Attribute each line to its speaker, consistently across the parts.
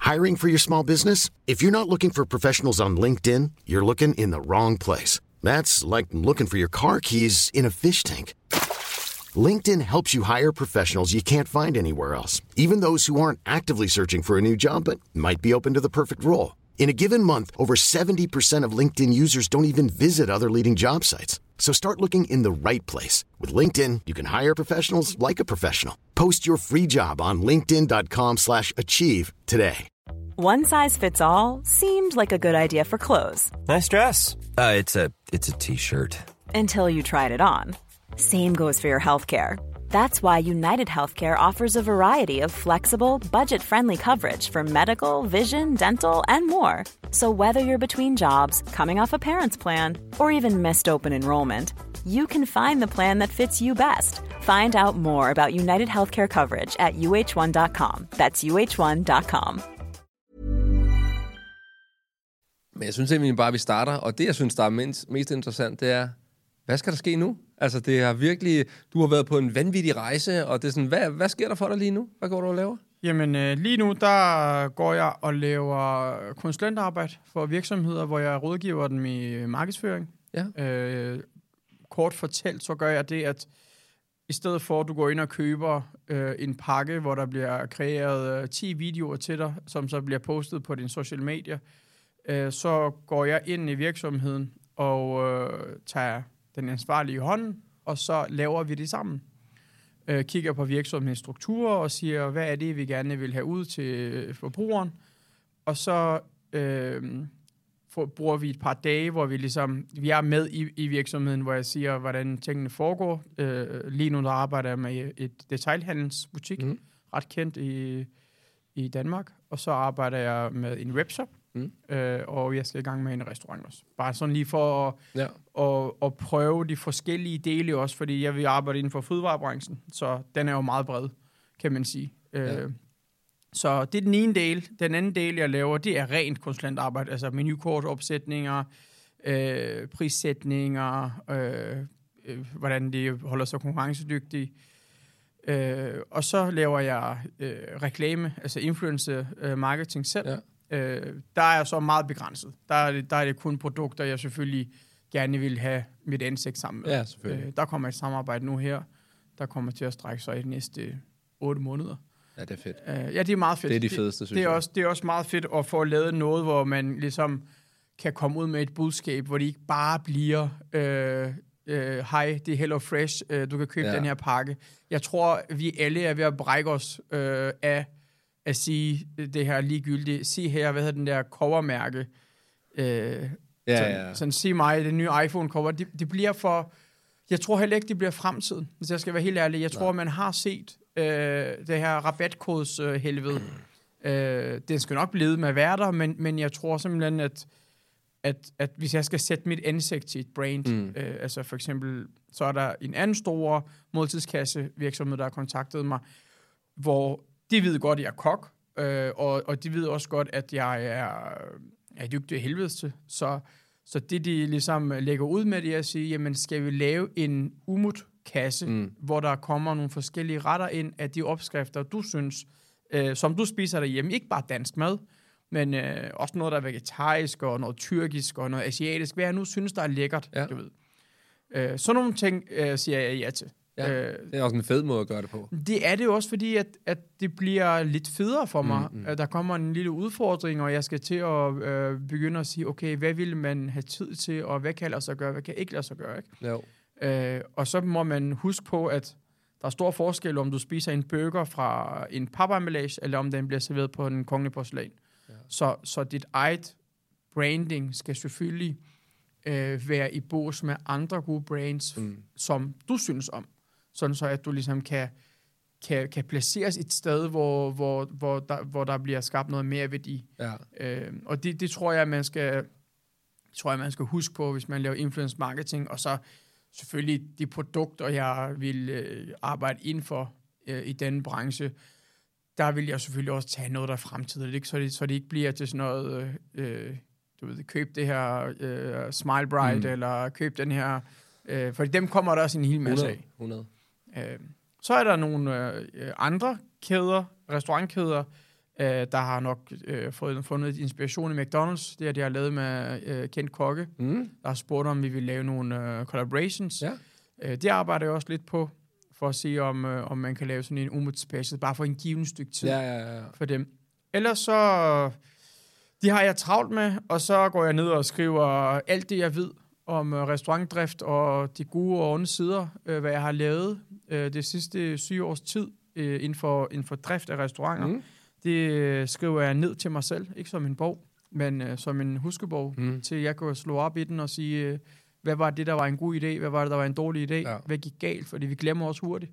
Speaker 1: Hiring for your small business? If you're not looking for professionals on LinkedIn, you're looking in the wrong place. That's like looking for your car keys in a fish tank. LinkedIn helps you hire professionals you can't find anywhere else, even those who aren't actively searching for a new job but might be open to the perfect role. In a given month, over 70% of LinkedIn users don't even visit other leading job sites. So start looking in the right place. With LinkedIn, you can hire professionals like a professional. Post your free job on linkedin.com/achieve today.
Speaker 2: One size fits all seemed like a good idea for clothes.
Speaker 3: Nice dress. It's a t-shirt.
Speaker 2: Until you tried it on. Same goes for your healthcare. That's why United Healthcare offers a variety of flexible, budget-friendly coverage for medical, vision, dental, and more. So whether you're between jobs, coming off a parent's plan, or even missed open enrollment, you can find the plan that fits you best. Find out more about United Healthcare coverage at uh1.com. That's uh1.com.
Speaker 4: Men jeg synes egentlig bare, at vi starter, og det, jeg synes, der er mest interessant, det er, hvad skal der ske nu? Altså, det har virkelig... Du har været på en vanvittig rejse, og det er sådan, hvad sker der for dig lige nu? Hvad går du og laver?
Speaker 5: Jamen, lige nu, der går jeg og laver konsulentarbejde for virksomheder, hvor jeg rådgiver dem i markedsføring.
Speaker 4: Ja.
Speaker 5: Kort fortalt, så gør jeg det, at i stedet for, at du går ind og køber en pakke, hvor der bliver kreeret 10 videoer til dig, som så bliver postet på dine social medier, så går jeg ind i virksomheden og tager den ansvarlige i hånden, og så laver vi det sammen. Kigger på virksomhedens strukturer og siger, hvad er det, vi gerne vil have ud til forbrugeren. Og så bruger vi et par dage, hvor vi er med i virksomheden, hvor jeg siger, hvordan tingene foregår. Lige nu der arbejder jeg med et detailhandelsbutik, ret kendt i Danmark. Og så arbejder jeg med en webshop. Og jeg skal i gang med en restaurant også. Bare sådan lige for at prøve de forskellige dele også, fordi jeg vil arbejde inden for fødevarebranchen, så den er jo meget bred, kan man sige. Så det er den ene del. Den anden del, jeg laver, det er rent konsulentarbejde, altså menukortopsætninger, prissætninger, hvordan de holder sig konkurrencedygtige. Og så laver jeg reklame, altså influencer marketing selv. Ja. Der er jeg så meget begrænset. Der er det kun produkter, jeg selvfølgelig gerne vil have mit ansigt sammen med.
Speaker 4: Ja, selvfølgelig.
Speaker 5: Der kommer et samarbejde nu her, der kommer til at strække sig i de næste 8 måneder.
Speaker 4: Ja, det er fedt.
Speaker 5: Ja, det er meget fedt.
Speaker 4: Det er de fedeste, synes jeg.
Speaker 5: Det er også meget fedt at få lavet noget, hvor man ligesom kan komme ud med et budskab, hvor det ikke bare bliver, hej, det er Hello Fresh, du kan købe den her pakke. Jeg tror, vi alle er ved at brække os af at sige det her ligegyldigt. Sig her, hvad hedder den der covermærke? Sådan sig mig, det nye iPhone-cover. Det bliver for... Jeg tror heller ikke, det bliver fremtiden, hvis jeg skal være helt ærlig. Jeg tror, man har set det her rabatkods helvede. Den skal nok blive med at være der, men jeg tror simpelthen, at hvis jeg skal sætte mit ansigt til et brand, altså for eksempel, så er der en anden stor måltidskasse virksomhed, der har kontaktet mig, hvor de ved godt, at jeg er kok, og de ved også godt, at jeg er dygtig af helvedes til. Så det, de ligesom lægger ud med det, er at sige, jamen skal vi lave en umut-kasse, hvor der kommer nogle forskellige retter ind af de opskrifter, du synes, som du spiser derhjemme. Ikke bare dansk mad, men også noget, der er vegetarisk, og noget tyrkisk, og noget asiatisk. Hvad jeg nu synes, der er lækkert, du ved. Sådan nogle ting siger jeg ja til.
Speaker 4: Ja, det er også en fed måde at gøre det på.
Speaker 5: Det er det også, fordi at det bliver lidt federe for mig. Der kommer en lille udfordring, og jeg skal til at begynde at sige, okay, hvad vil man have tid til, og hvad kan lade sig gøre, hvad kan ikke lade sig gøre, ikke?
Speaker 4: Jo.
Speaker 5: Og så må man huske på, at der er stor forskel, om du spiser en burger fra en papemballage, eller om den bliver serveret på en kongelig porcelæn. Ja. Så dit eget branding skal selvfølgelig være i bås med andre gode brands, som du synes om. Sådan så, at du ligesom kan placeres et sted, hvor der bliver skabt noget mere værdi. Ja. Og det tror jeg, man skal huske på, hvis man laver influence marketing, og så selvfølgelig de produkter, jeg vil arbejde inden for i den branche, der vil jeg selvfølgelig også tage noget, der er fremtidigt, ikke? Så det ikke bliver til sådan noget, du ved, køb det her Smile Bright, eller køb den her, for dem kommer der også en hel masse af.
Speaker 4: 100.
Speaker 5: Så er der nogle andre kæder, restaurantkæder, der har nok fundet inspiration i McDonald's. Det er det, jeg har lavet med Kent Kokke. Der har spurgt, om vi vil lave nogle collaborations.
Speaker 4: Ja.
Speaker 5: Det arbejder jeg også lidt på, for at se, om man kan lave sådan en umiddelbart bare for en given stykke tid for dem. Ellers så, de har jeg travlt med, og så går jeg ned og skriver alt det, jeg ved om restaurantdrift og de gode og onde sider, hvad jeg har lavet det sidste 7 års tid inden for drift af restauranter. Det skriver jeg ned til mig selv, ikke som en bog, men som en huskebog, til jeg kan slå op i den og sige, hvad var det, der var en god idé, hvad var det, der var en dårlig idé, hvad gik galt, fordi vi glemmer også hurtigt.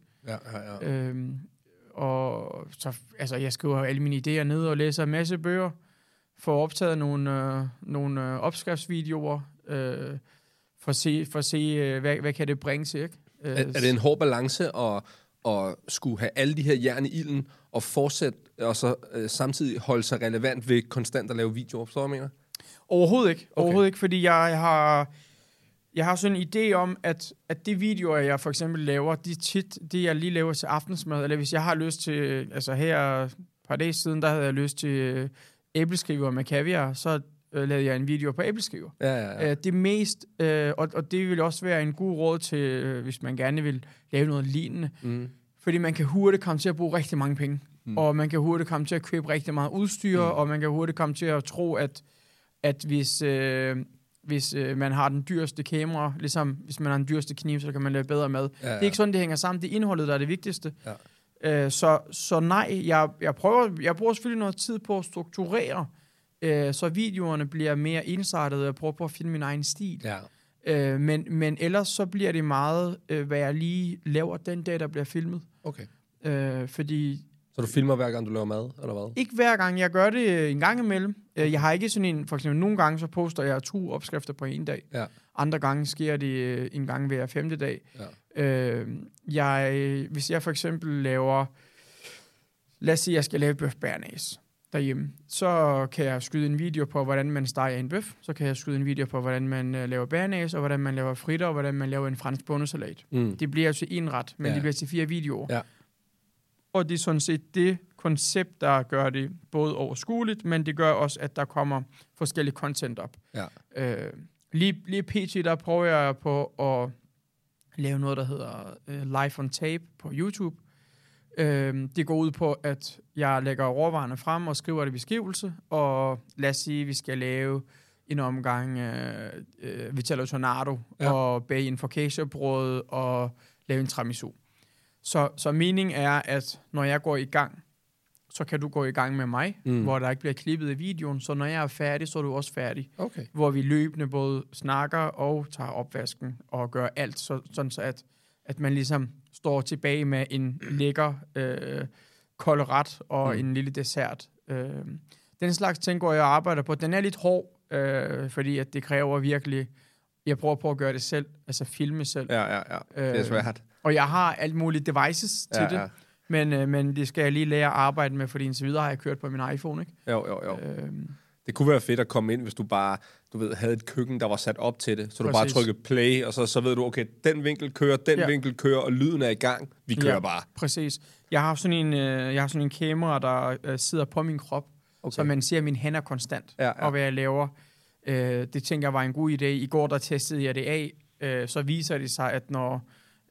Speaker 5: Og så, altså, jeg skriver alle mine idéer ned og læser en masse bøger, får optaget nogle opskriftsvideoer, for at se hvad kan det bringe til, ikke?
Speaker 4: Er det en hård balance at skulle have alle de her jern i ilden og fortsætte, og så samtidig holde sig relevant ved konstant at lave videoer? Forstår du, hvad jeg mener?
Speaker 5: Overhovedet ikke. Okay. Overhovedet ikke, fordi jeg har sådan en idé om, at de videoer, jeg for eksempel laver, det jeg lige laver til aftensmad, eller hvis jeg har lyst til, altså her et par dage siden, der havde jeg lyst til æbleskiver med kaviar, så lavede jeg en video på æbleskiver.
Speaker 4: Ja.
Speaker 5: Det mest, og det vil også være en god råd til, hvis man gerne vil lave noget lignende. Fordi man kan hurtigt komme til at bruge rigtig mange penge. Og man kan hurtigt komme til at købe rigtig meget udstyr, og man kan hurtigt komme til at tro, at hvis man har den dyreste kamera, ligesom hvis man har den dyreste kniv, så kan man lave bedre mad. Det er ikke sådan, det hænger sammen. Det er indholdet, der er det vigtigste. Så nej, jeg bruger selvfølgelig noget tid på at strukturere, så videoerne bliver mere ensartede, og jeg prøver på at finde min egen stil. Men ellers så bliver det meget, hvad jeg lige laver den dag, der bliver filmet.
Speaker 4: Okay.
Speaker 5: Fordi...
Speaker 4: Så du filmer hver gang, du laver mad, eller hvad?
Speaker 5: Ikke hver gang. Jeg gør det en gang imellem. Jeg har ikke sådan en... For eksempel nogle gange, så poster jeg 2 opskrifter på en dag. Andre gange sker det en gang hver 5. dag. Hvis jeg for eksempel laver... Lad os sige, jeg skal lave bøf bearnaise derhjemme. Så kan jeg skyde en video på, hvordan man steger en bøf. Så kan jeg skyde en video på, hvordan man laver bearnaise, og hvordan man laver fritter, og hvordan man laver en fransk bondesalat. Det bliver altså en ret, men det bliver til 4 videoer. Og det er sådan set det koncept, der gør det både overskueligt, men det gør også, at der kommer forskellige content op. Lige pt. Der prøver jeg på at lave noget, der hedder Live on Tape på YouTube. Det går ud på, at jeg lægger råvarerne frem og skriver det i beskrivelse, og lad os sige, at vi skal lave en omgang Vitello Tornado, og bage en focaccia-brød og lave en tiramisu. Så meningen er, at når jeg går i gang, så kan du gå i gang med mig, hvor der ikke bliver klippet i videoen, så når jeg er færdig, så er du også færdig. Okay. Hvor vi løbende både snakker og tager opvasken og gør alt, sådan så at man ligesom står tilbage med en lækker kold ret og en lille dessert. Den slags ting går jeg og arbejder på. Den er lidt hård, fordi at det kræver virkelig... Jeg prøver på at gøre det selv, altså filme selv.
Speaker 4: Det er svært.
Speaker 5: Og jeg har alt muligt devices til det, men det skal jeg lige lære at arbejde med, fordi indtil videre har jeg kørt på min iPhone, ikke?
Speaker 4: Jo. Det kunne være fedt at komme ind, hvis du bare, havde et køkken, der var sat op til det. Så du bare trykker play, og så ved du, okay, den vinkel kører, og lyden er i gang. Vi kører bare.
Speaker 5: Præcis. Jeg har sådan en kamera, der sidder på min krop, så man ser mine hænder konstant, og hvad jeg laver. Det tænker jeg var en god idé. I går, der testede jeg det af, så viser det sig, at når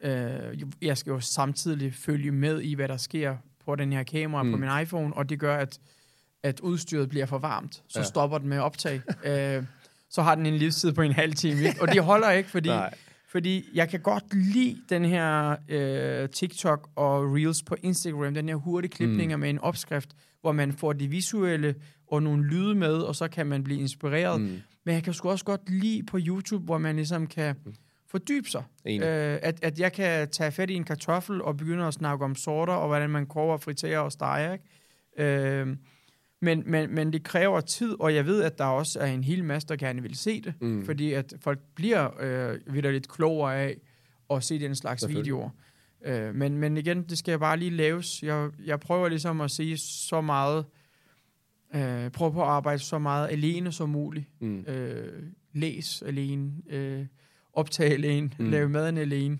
Speaker 5: jeg skal jo samtidig følge med i, hvad der sker på den her kamera på min iPhone, og det gør, at udstyret bliver for varmt. Så stopper den med at optage. Så har den en livstid på en halv time. Ikke? Og det holder ikke, fordi jeg kan godt lide den her TikTok og Reels på Instagram, den her hurtige klipninger med en opskrift, hvor man får det visuelle og nogle lyde med, og så kan man blive inspireret. Men jeg kan sgu også godt lide på YouTube, hvor man ligesom kan fordybe sig. At jeg kan tage fat i en kartoffel og begynde at snakke om sorter, og hvordan man koger og friterer og steger. Ikke? Men det kræver tid, og jeg ved, at der også er en hel masse, der gerne vil se det, fordi at folk bliver videre lidt klogere af at se den slags videoer. Men igen, det skal bare lige laves. Jeg prøver ligesom at sige så meget, prøver på at arbejde så meget alene som muligt. Læs alene, optage alene, lave maden alene.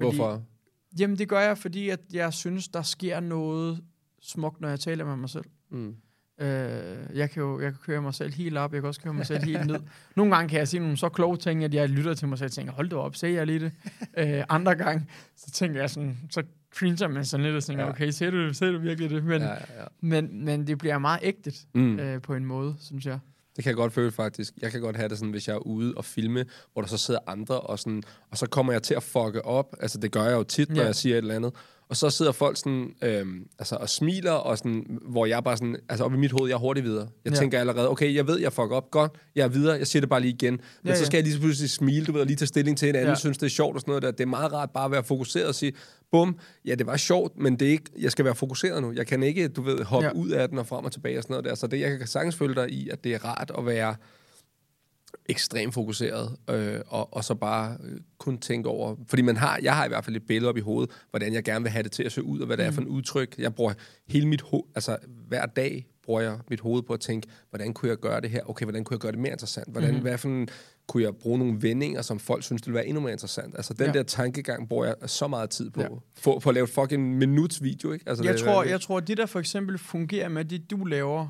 Speaker 4: Hvorfor?
Speaker 5: Jamen, det gør jeg, fordi at jeg synes, der sker noget smukt, når jeg taler med mig selv. Jeg kan køre mig selv helt op, jeg kan også køre mig selv helt ned. Nogle gange kan jeg sige nogle så kloge ting, at jeg lytter til mig selv og tænker, hold da op, ser jeg lige det. Andre gange, så tænker jeg sådan, så cringer man sådan lidt og tænker, okay, ser du virkelig det? Men det bliver meget ægtet på en måde, synes jeg.
Speaker 4: Det kan jeg godt føle, faktisk. Jeg kan godt have det sådan, hvis jeg er ude og filme, hvor der så sidder andre, og så kommer jeg til at fucke op. Altså, det gør jeg jo tit, når jeg siger et eller andet. Og så sidder folk sådan, og smiler, og sådan, hvor jeg bare sådan, altså op i mit hoved, jeg er hurtigt videre. Jeg tænker allerede, okay, jeg ved, jeg fucker op, godt, jeg er videre, jeg siger det bare lige igen. Men så skal jeg lige pludselig smile, du ved, og lige tage stilling til en anden, synes det er sjovt og sådan noget der. Det er meget rart bare at være fokuseret og sige, bum, ja, det var sjovt, men det er ikke, jeg skal være fokuseret nu. Jeg kan ikke, du ved, hoppe ud af den og frem og tilbage og sådan noget der. Så det, jeg kan sagtens følge dig i, at det er rart at være ekstremt fokuseret, og så bare kun tænke over, fordi jeg har i hvert fald et billede op i hovedet, hvordan jeg gerne vil have det til at se ud, og hvad det er for en udtryk. Jeg bruger hele mit altså hver dag bruger jeg mit hoved på at tænke, hvordan kunne jeg gøre det her? Okay, hvordan kunne jeg gøre det mere interessant? Hvad for en, kunne jeg bruge nogle vendinger, som folk synes, det ville være endnu mere interessant? Altså den der tankegang bruger jeg så meget tid på. For at lave et fucking minuts video, ikke? Altså,
Speaker 5: jeg tror, det der for eksempel fungerer med det, du laver,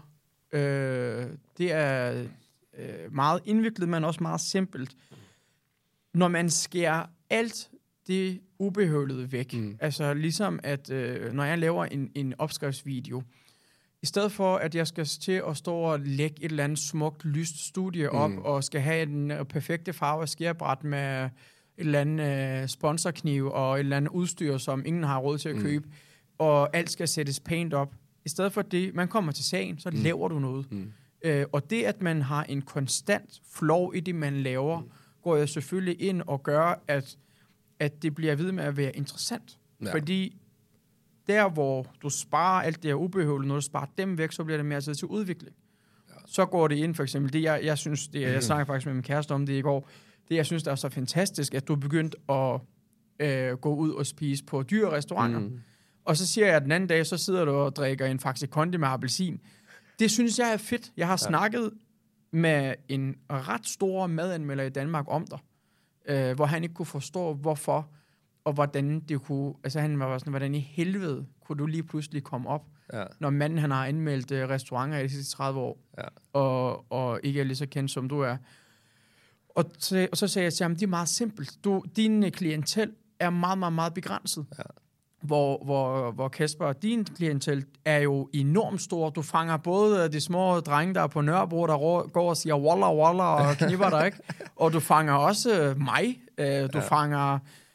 Speaker 5: det er meget indviklet, men også meget simpelt. Når man skærer alt det ubehøvlede væk, altså ligesom at, når jeg laver en opskriftsvideo, i stedet for, at jeg skal til at stå og lægge et eller andet smukt, lyst studie op, og skal have den perfekte farve skærebræt med et eller andet sponsorkniv og et eller andet udstyr, som ingen har råd til at købe, og alt skal sættes pænt op. I stedet for det, man kommer til sagen, så laver du noget. Og det, at man har en konstant flow i det, man laver, går jeg selvfølgelig ind og gør, at det bliver ved med at være interessant. Ja. Fordi der, hvor du sparer alt det her ubehøveligt, når du sparer dem væk, så bliver det mere tid til udvikling. Ja. Så går det ind, for eksempel, det jeg synes, jeg snakker faktisk med min kæreste om det i går, det jeg synes, der er så fantastisk, at du er begyndt at gå ud og spise på dyre restauranter. Og så siger jeg, at den anden dag, så sidder du og drikker en Faxe Kondi med appelsin. Det synes jeg er fedt. Jeg har snakket med en ret stor madanmelder i Danmark om dig, hvor han ikke kunne forstå, hvorfor og hvordan det kunne... Altså han var sådan, hvordan i helvede kunne du lige pludselig komme op, når manden han har anmeldt restauranter i de sidste 30 år, og ikke er lige så kendt, som du er. Og så sagde jeg til ham, det er meget simpelt. Din klientel er meget, meget, meget begrænset. Ja. Hvor Kasper, din klientel er jo enormt stor. Du fanger både de små drenge, der er på Nørrebro, der går og siger walla, walla og knipper dig, ikke? Og du fanger også mig. Du fanger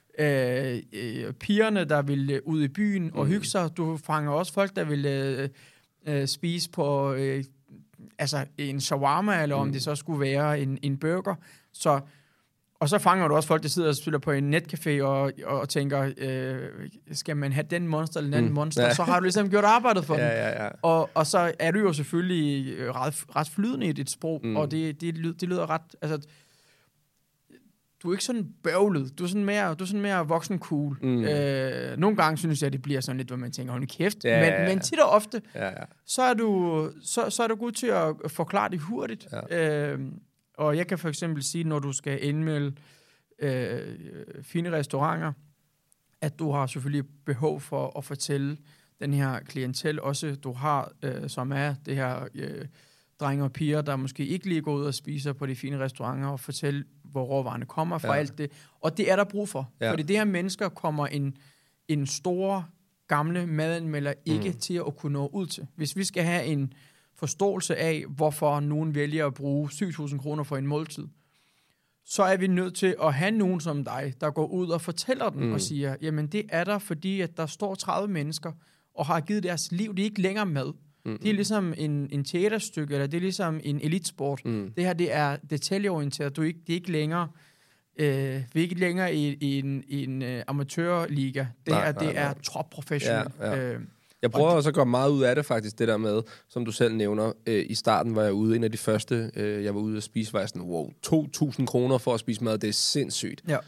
Speaker 5: pigerne, der vil ud i byen og hygge sig. Du fanger også folk, der vil spise på altså en shawarma, eller om det så skulle være en burger. Og så fanger du også folk, der sidder og spiller på en netcafé og tænker, skal man have den monster eller den anden monster? Ja. Så har du ligesom gjort arbejdet for dem. Og så er du jo selvfølgelig ret flydende i dit sprog, og det lyder ret... Altså, du er ikke sådan bøvlet. Du er sådan mere voksen cool. Nogle gange synes jeg, det bliver sådan lidt, hvor man tænker, hold kæft. Men tit og ofte, så er du god til at forklare det hurtigt. Ja. Og jeg kan for eksempel sige, når du skal indmelde fine restauranter, at du har selvfølgelig behov for at fortælle den her klientel også, du har, som er det her drenge og piger, der måske ikke lige går ud og spiser på de fine restauranter, og fortælle, hvor råvarerne kommer fra, alt det. Og det er der brug for. Fordi det her mennesker kommer en stor, gamle madanmelder ikke til at kunne nå ud til. Hvis vi skal have en forståelse af, hvorfor nogen vælger at bruge 7.000 kroner for en måltid, så er vi nødt til at have nogen som dig, der går ud og fortæller den og siger, jamen det er der, fordi at der står 30 mennesker og har givet deres liv. Det er ikke længere mad. Det er ligesom en teaterstykke, eller det er ligesom en elitsport. Det her, det er detaljeorienteret. Det er ikke længere... vi er ikke længere i en amatørliga. Det er top-professional.
Speaker 4: Jeg prøver også at gøre meget ud af det faktisk, det der med, som du selv nævner. I starten var jeg ude, en af de første, jeg var ude at spise, var jeg sådan, wow, 2.000 kroner for at spise mad, det er sindssygt. Ja.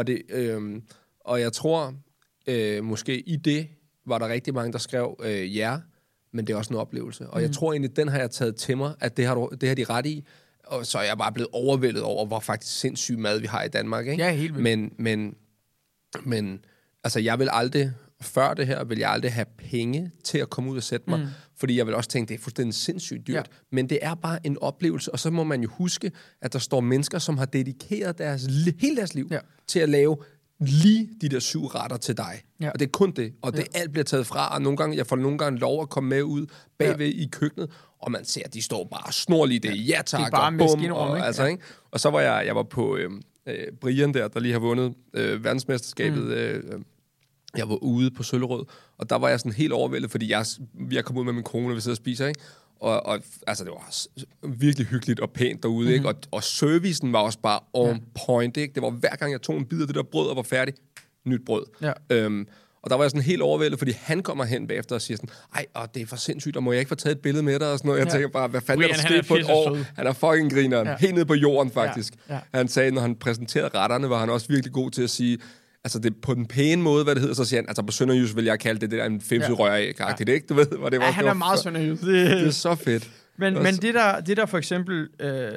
Speaker 4: Og jeg tror, måske i det, var der rigtig mange, der skrev, men det er også en oplevelse. Og jeg tror egentlig, den har jeg taget til mig, at det har de ret i. Og så er jeg bare blevet overvældet over, hvor faktisk sindssyg mad vi har i Danmark, ikke?
Speaker 5: Ja, helt vildt.
Speaker 4: Men altså, jeg vil aldrig før det her ville jeg aldrig have penge til at komme ud og sætte mig, fordi jeg vil også tænke, det er fuldstændig sindssygt dyrt. Ja. Men det er bare en oplevelse, og så må man jo huske, at der står mennesker, som har dedikeret hele deres liv til at lave lige de der 7 retter til dig. Ja. Og det er kun det. Og det alt bliver taget fra, og jeg får nogle gange lov at komme med ud bagved i køkkenet, og man ser, at de står bare snorlige det. Ja, tak. Det er bare
Speaker 5: maskinrum, ikke?
Speaker 4: Altså, ikke? Og så var jeg var på Brian der lige har vundet verdensmesterskabet. Jeg var ude på Søllerød, og der var jeg sådan helt overvældet, fordi vi er kommet ud med min kone, og vi sidder og spiser, ikke? Og altså, det var virkelig hyggeligt og pænt derude, ikke? Og servicen var også bare on point, ikke? Det var hver gang, jeg tog en bid af det der brød og var færdig, nyt brød. Ja. Og der var jeg sådan helt overvældet, fordi han kommer hen bagefter og siger sådan, det er for sindssygt, og må jeg ikke få taget et billede med dig? Og sådan noget. Jeg tænker bare, hvad fanden er der sket på et år? Han er fucking grineren. Ja. Helt nede på jorden, faktisk. Ja. Ja. Han sagde, når han præsenterede retterne, var han også virkelig god til at sige, altså det på den pæne måde, hvad det hedder, så siger han, altså på sønderjys vil jeg kalde det der en femset røræg-agtigt, ikke? Du ved, hvad det var.
Speaker 5: Ja, han er meget sønderjys.
Speaker 4: Det er så fedt.
Speaker 5: Men det der for eksempel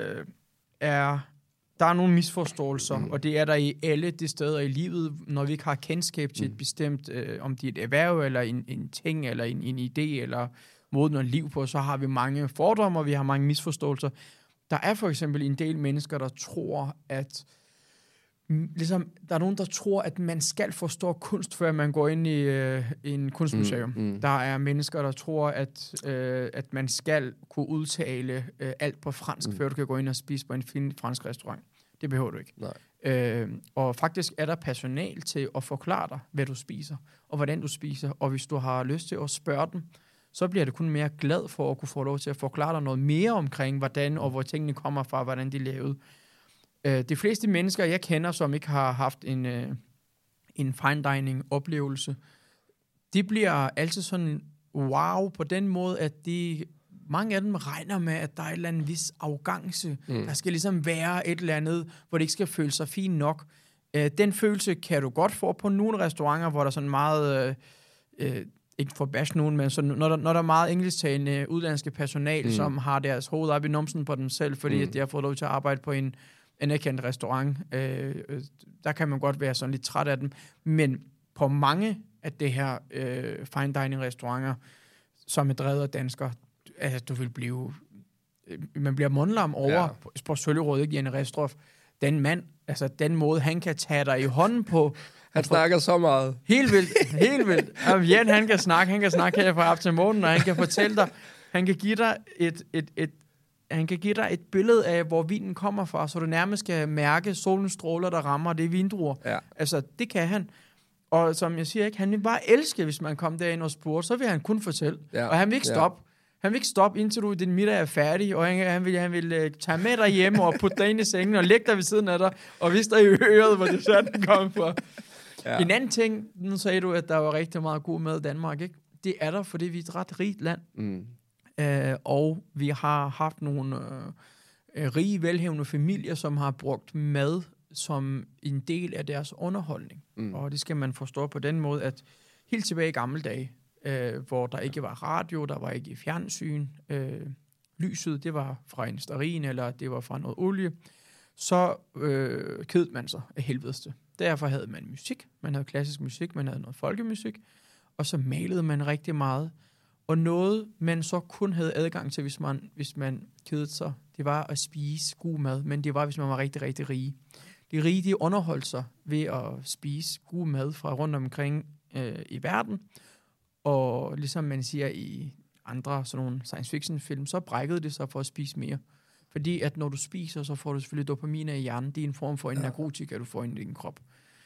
Speaker 5: der er nogle misforståelser, og det er der i alle de steder i livet, når vi ikke har kendskab til et bestemt, om det er et erhverv, eller en ting, eller en idé, eller måden at liv på, så har vi mange fordomme, og vi har mange misforståelser. Der er for eksempel en del mennesker, der tror, at ligesom, der er nogen, der tror, at man skal forstå kunst, før man går ind i en kunstmuseum. Der er mennesker, der tror, at man skal kunne udtale alt på fransk, før du kan gå ind og spise på en fin fransk restaurant. Det behøver du ikke. Og faktisk er der personal til at forklare dig, hvad du spiser, og hvordan du spiser. Og hvis du har lyst til at spørge dem, så bliver det kun mere glad for at kunne få lov til at forklare dig noget mere omkring, hvordan og hvor tingene kommer fra, hvordan de er lavet. De fleste mennesker, jeg kender, som ikke har haft en fine dining oplevelse, de bliver altid sådan wow på den måde, at mange af dem regner med, at der er et eller andet vis arrogance. Der skal ligesom være et eller andet, hvor det ikke skal føle sig fint nok. Den følelse kan du godt få på nogle restauranter, hvor der er sådan meget, ikke for bash nogen, men sådan, når der er meget engelsktalende udlandske personal, som har deres hoved op i numsen på dem selv, fordi at de har fået lov til at arbejde på en anerkendt restaurant. Der kan man godt være sådan lidt træt af dem. Men på mange af det her fine dining restauranter, som er drevet af danskere, altså du vil blive... man bliver mundlam over på Søllerød, ikke, Janne Restrup. Den mand, altså den måde, han kan tage dig i hånden på...
Speaker 4: Han snakker så meget.
Speaker 5: Helt vildt. Jan, han kan snakke her fra op til morgenen, og han kan fortælle dig, han kan give dig et billede af, hvor vinen kommer fra, så du nærmest skal mærke solens stråler, der rammer det vindruer. Ja. Altså, det kan han. Og som jeg siger, ikke, han vil bare elske, hvis man kom derind og spurgte, så vil han kun fortælle. Ja. Og han vil ikke stoppe. Han vil ikke stoppe, indtil din middag er færdig, og han vil tage med dig hjem og putte dig ind i sengen og lægge dig ved siden af dig, og vise dig i øret, hvor det sådan kom fra. Ja. En anden ting, nu sagde du, at der var rigtig meget god mad i Danmark, ikke? Det er der, fordi vi er et ret rigt land. Og vi har haft nogle rige, velhævende familier, som har brugt mad som en del af deres underholdning. Og det skal man forstå på den måde, at helt tilbage i gamle dage, hvor der ikke var radio, der var ikke fjernsyn, lyset, det var fra en stearin, eller det var fra noget olie, så kedede man sig af helvedeste. Derfor havde man musik, man havde klassisk musik, man havde noget folkemusik, og så malede man rigtig meget. Og noget, man så kun havde adgang til, hvis man kedede sig, det var at spise god mad, men det var, hvis man var rigtig, rigtig rige. De rige, de underholdt sig ved at spise god mad fra rundt omkring i verden, og ligesom man siger i andre sådan nogle science fiction film, så brækkede det sig for at spise mere. Fordi at når du spiser, så får du selvfølgelig dopamin i hjernen. Det er en form for en narkotika, du får ind i din krop.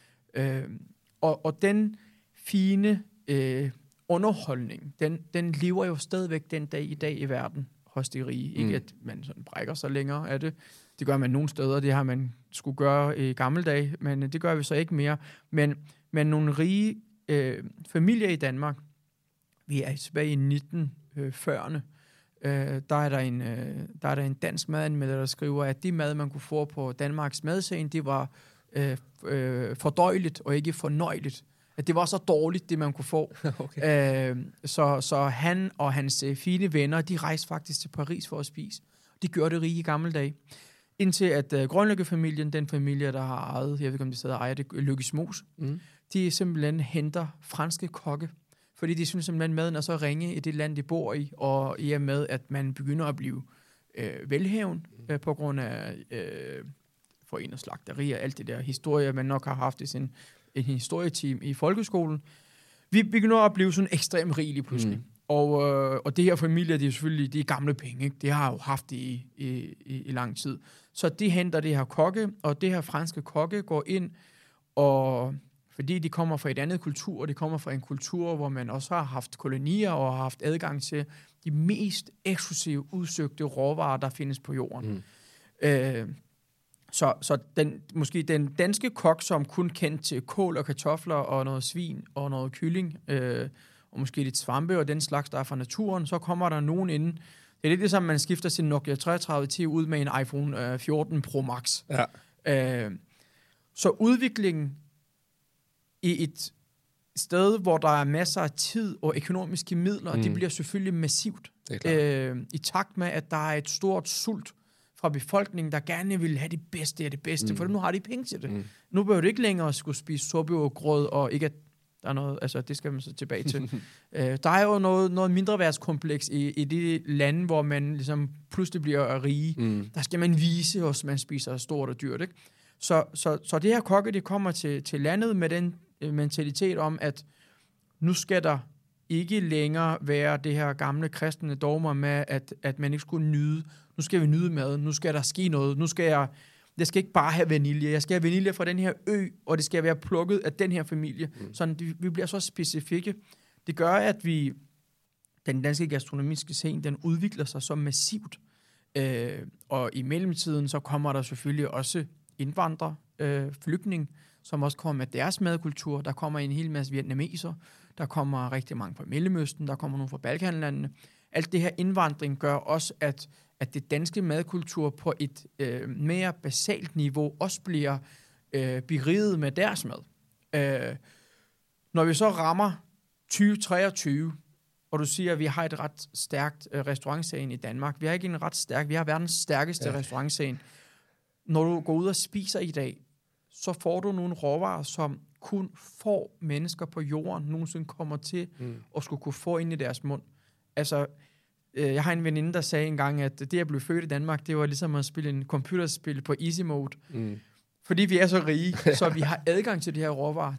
Speaker 5: Og den fine underholdning, den lever jo stadigvæk den dag i dag i verden hos de rige. Ikke at man sådan brækker sig længere af det. Det gør man nogle steder, det har man skulle gøre i gamle dage, men det gør vi så ikke mere. Men nogle rige familier i Danmark, vi er tilbage i 1940'erne, der er der en dansk madanmelder, der skriver, at det mad, man kunne få på Danmarks madscene, det var fordøjeligt og ikke fornøjeligt. At det var så dårligt, det man kunne få. Okay. Så han og hans fine venner, de rejste faktisk til Paris for at spise. De gjorde det rige i gamle dage. Indtil at Grønlykke-familien, den familie, der har ejet, jeg ved ikke, om de stadig ejer det, Lykkes Mos, de simpelthen henter franske kokke, fordi de synes simpelthen, maden er så ringe i det land, de bor i, og i og med, at man begynder at blive velhaven på grund af forenet slagterier, alt det der historie, man nok har haft i sin en historieteam i folkeskolen. Vi begynder at blive sådan ekstremt rige lige pludselig. Og det her familie, det er selvfølgelig de gamle penge, ikke? Det har jo haft det i lang tid. Så de henter det her kokke, og det her franske kokke går ind, og fordi de kommer fra et andet kultur, og de kommer fra en kultur, hvor man også har haft kolonier og har haft adgang til de mest eksklusive, udsøgte råvarer, der findes på jorden. Så måske den danske kok, som kun kendt til kål og kartofler og noget svin og noget kylling, og måske lidt svampe og den slags, der er fra naturen, så kommer der nogen inden. Det er lidt ligesom, man skifter sin Nokia 3310 ud med en iPhone 14 Pro Max. Ja. Så udviklingen i et sted, hvor der er masser af tid og økonomiske midler, det bliver selvfølgelig massivt. I takt med, at der er et stort sult fra befolkningen, der gerne vil have det bedste af det bedste, for nu har de penge til det. Nu behøver det ikke længere skulle spise suppe og grød, og ikke at der er noget, altså det skal man så tilbage til. Der er jo noget mindreværdskompleks i de lande, hvor man ligesom pludselig bliver rige. Der skal man vise, at man spiser stort og dyrt, ikke? Så det her kokke, det kommer til landet med den mentalitet om, at nu skal der ikke længere være det her gamle kristne dogmer med, at man ikke skulle nyde. Nu skal vi nyde maden, nu skal der ske noget, jeg skal ikke bare have vanilje, jeg skal have vanilje fra den her ø, og det skal være plukket af den her familie. Sådan, vi bliver så specifikke. Det gør, at den danske gastronomiske scene, den udvikler sig så massivt. Og i mellemtiden, så kommer der selvfølgelig også indvandrere, flygtninge, som også kommer med deres madkultur. Der kommer en hel masse vietnameser, der kommer rigtig mange fra Mellemøsten, der kommer nogle fra Balkanlandene. Alt det her indvandring gør også, at det danske madkultur på et mere basalt niveau også bliver beriget med deres mad. Når vi så rammer 2023, og du siger, at vi har et ret stærkt restaurantscene i Danmark. Vi har ikke en ret stærk, vi har verdens stærkeste restaurantscene. Når du går ud og spiser i dag, så får du nogle råvarer, som kun få mennesker på jorden nogensinde kommer til at skulle kunne få ind i deres mund. Altså, jeg har en veninde, der sagde engang, at det at blive født i Danmark, det var ligesom at spille en computerspil på easy mode. Fordi vi er så rige, så vi har adgang til de her råvarer.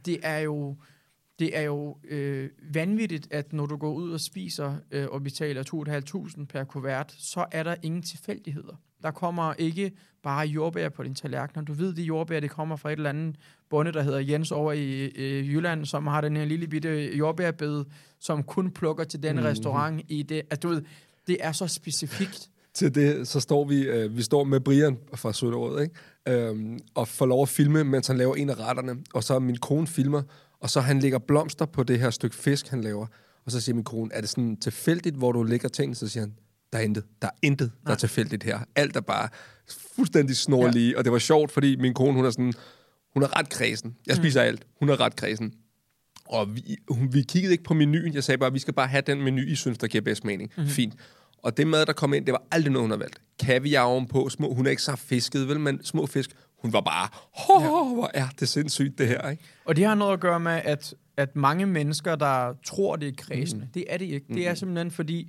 Speaker 5: Det er jo vanvittigt, at når du går ud og spiser og betaler 2.500 per kuvert, så er der ingen tilfældigheder. Der kommer ikke bare jordbær på din tallerken. Du ved, de jordbær, det kommer fra et eller andet bonde, der hedder Jens over i Jylland, som har den her lille bitte jordbærbed, som kun plukker til den restaurant i det. Altså, du ved, det er så specifikt.
Speaker 4: Til det, så står vi står med Brian fra Sønderød, ikke? Og får lov at filme, mens han laver en af retterne. Og så min kone filmer, og så han lægger blomster på det her stykke fisk, han laver. Og så siger min kone, er det sådan tilfældigt, hvor du lægger ting? Så siger han, der er intet, der er tilfældigt her. Alt er bare fuldstændig snorlige. Ja. Og det var sjovt, fordi min kone, hun er ret kredsen. Jeg spiser alt. Hun er ret kredsen. Og vi kiggede ikke på menuen. Jeg sagde bare, vi skal bare have den menu, I synes, der giver bedst mening. Fint. Og det mad, der kom ind, det var aldrig noget, hun har valgt. Kaviar ovenpå, små. Hun er ikke så fisket, vel, men små fisk. Hun var bare, hvor er det sindssygt, det her, ikke?
Speaker 5: Og det har noget at gøre med, at mange mennesker, der tror, det er kredsende, det er det ikke. Det er simpelthen fordi,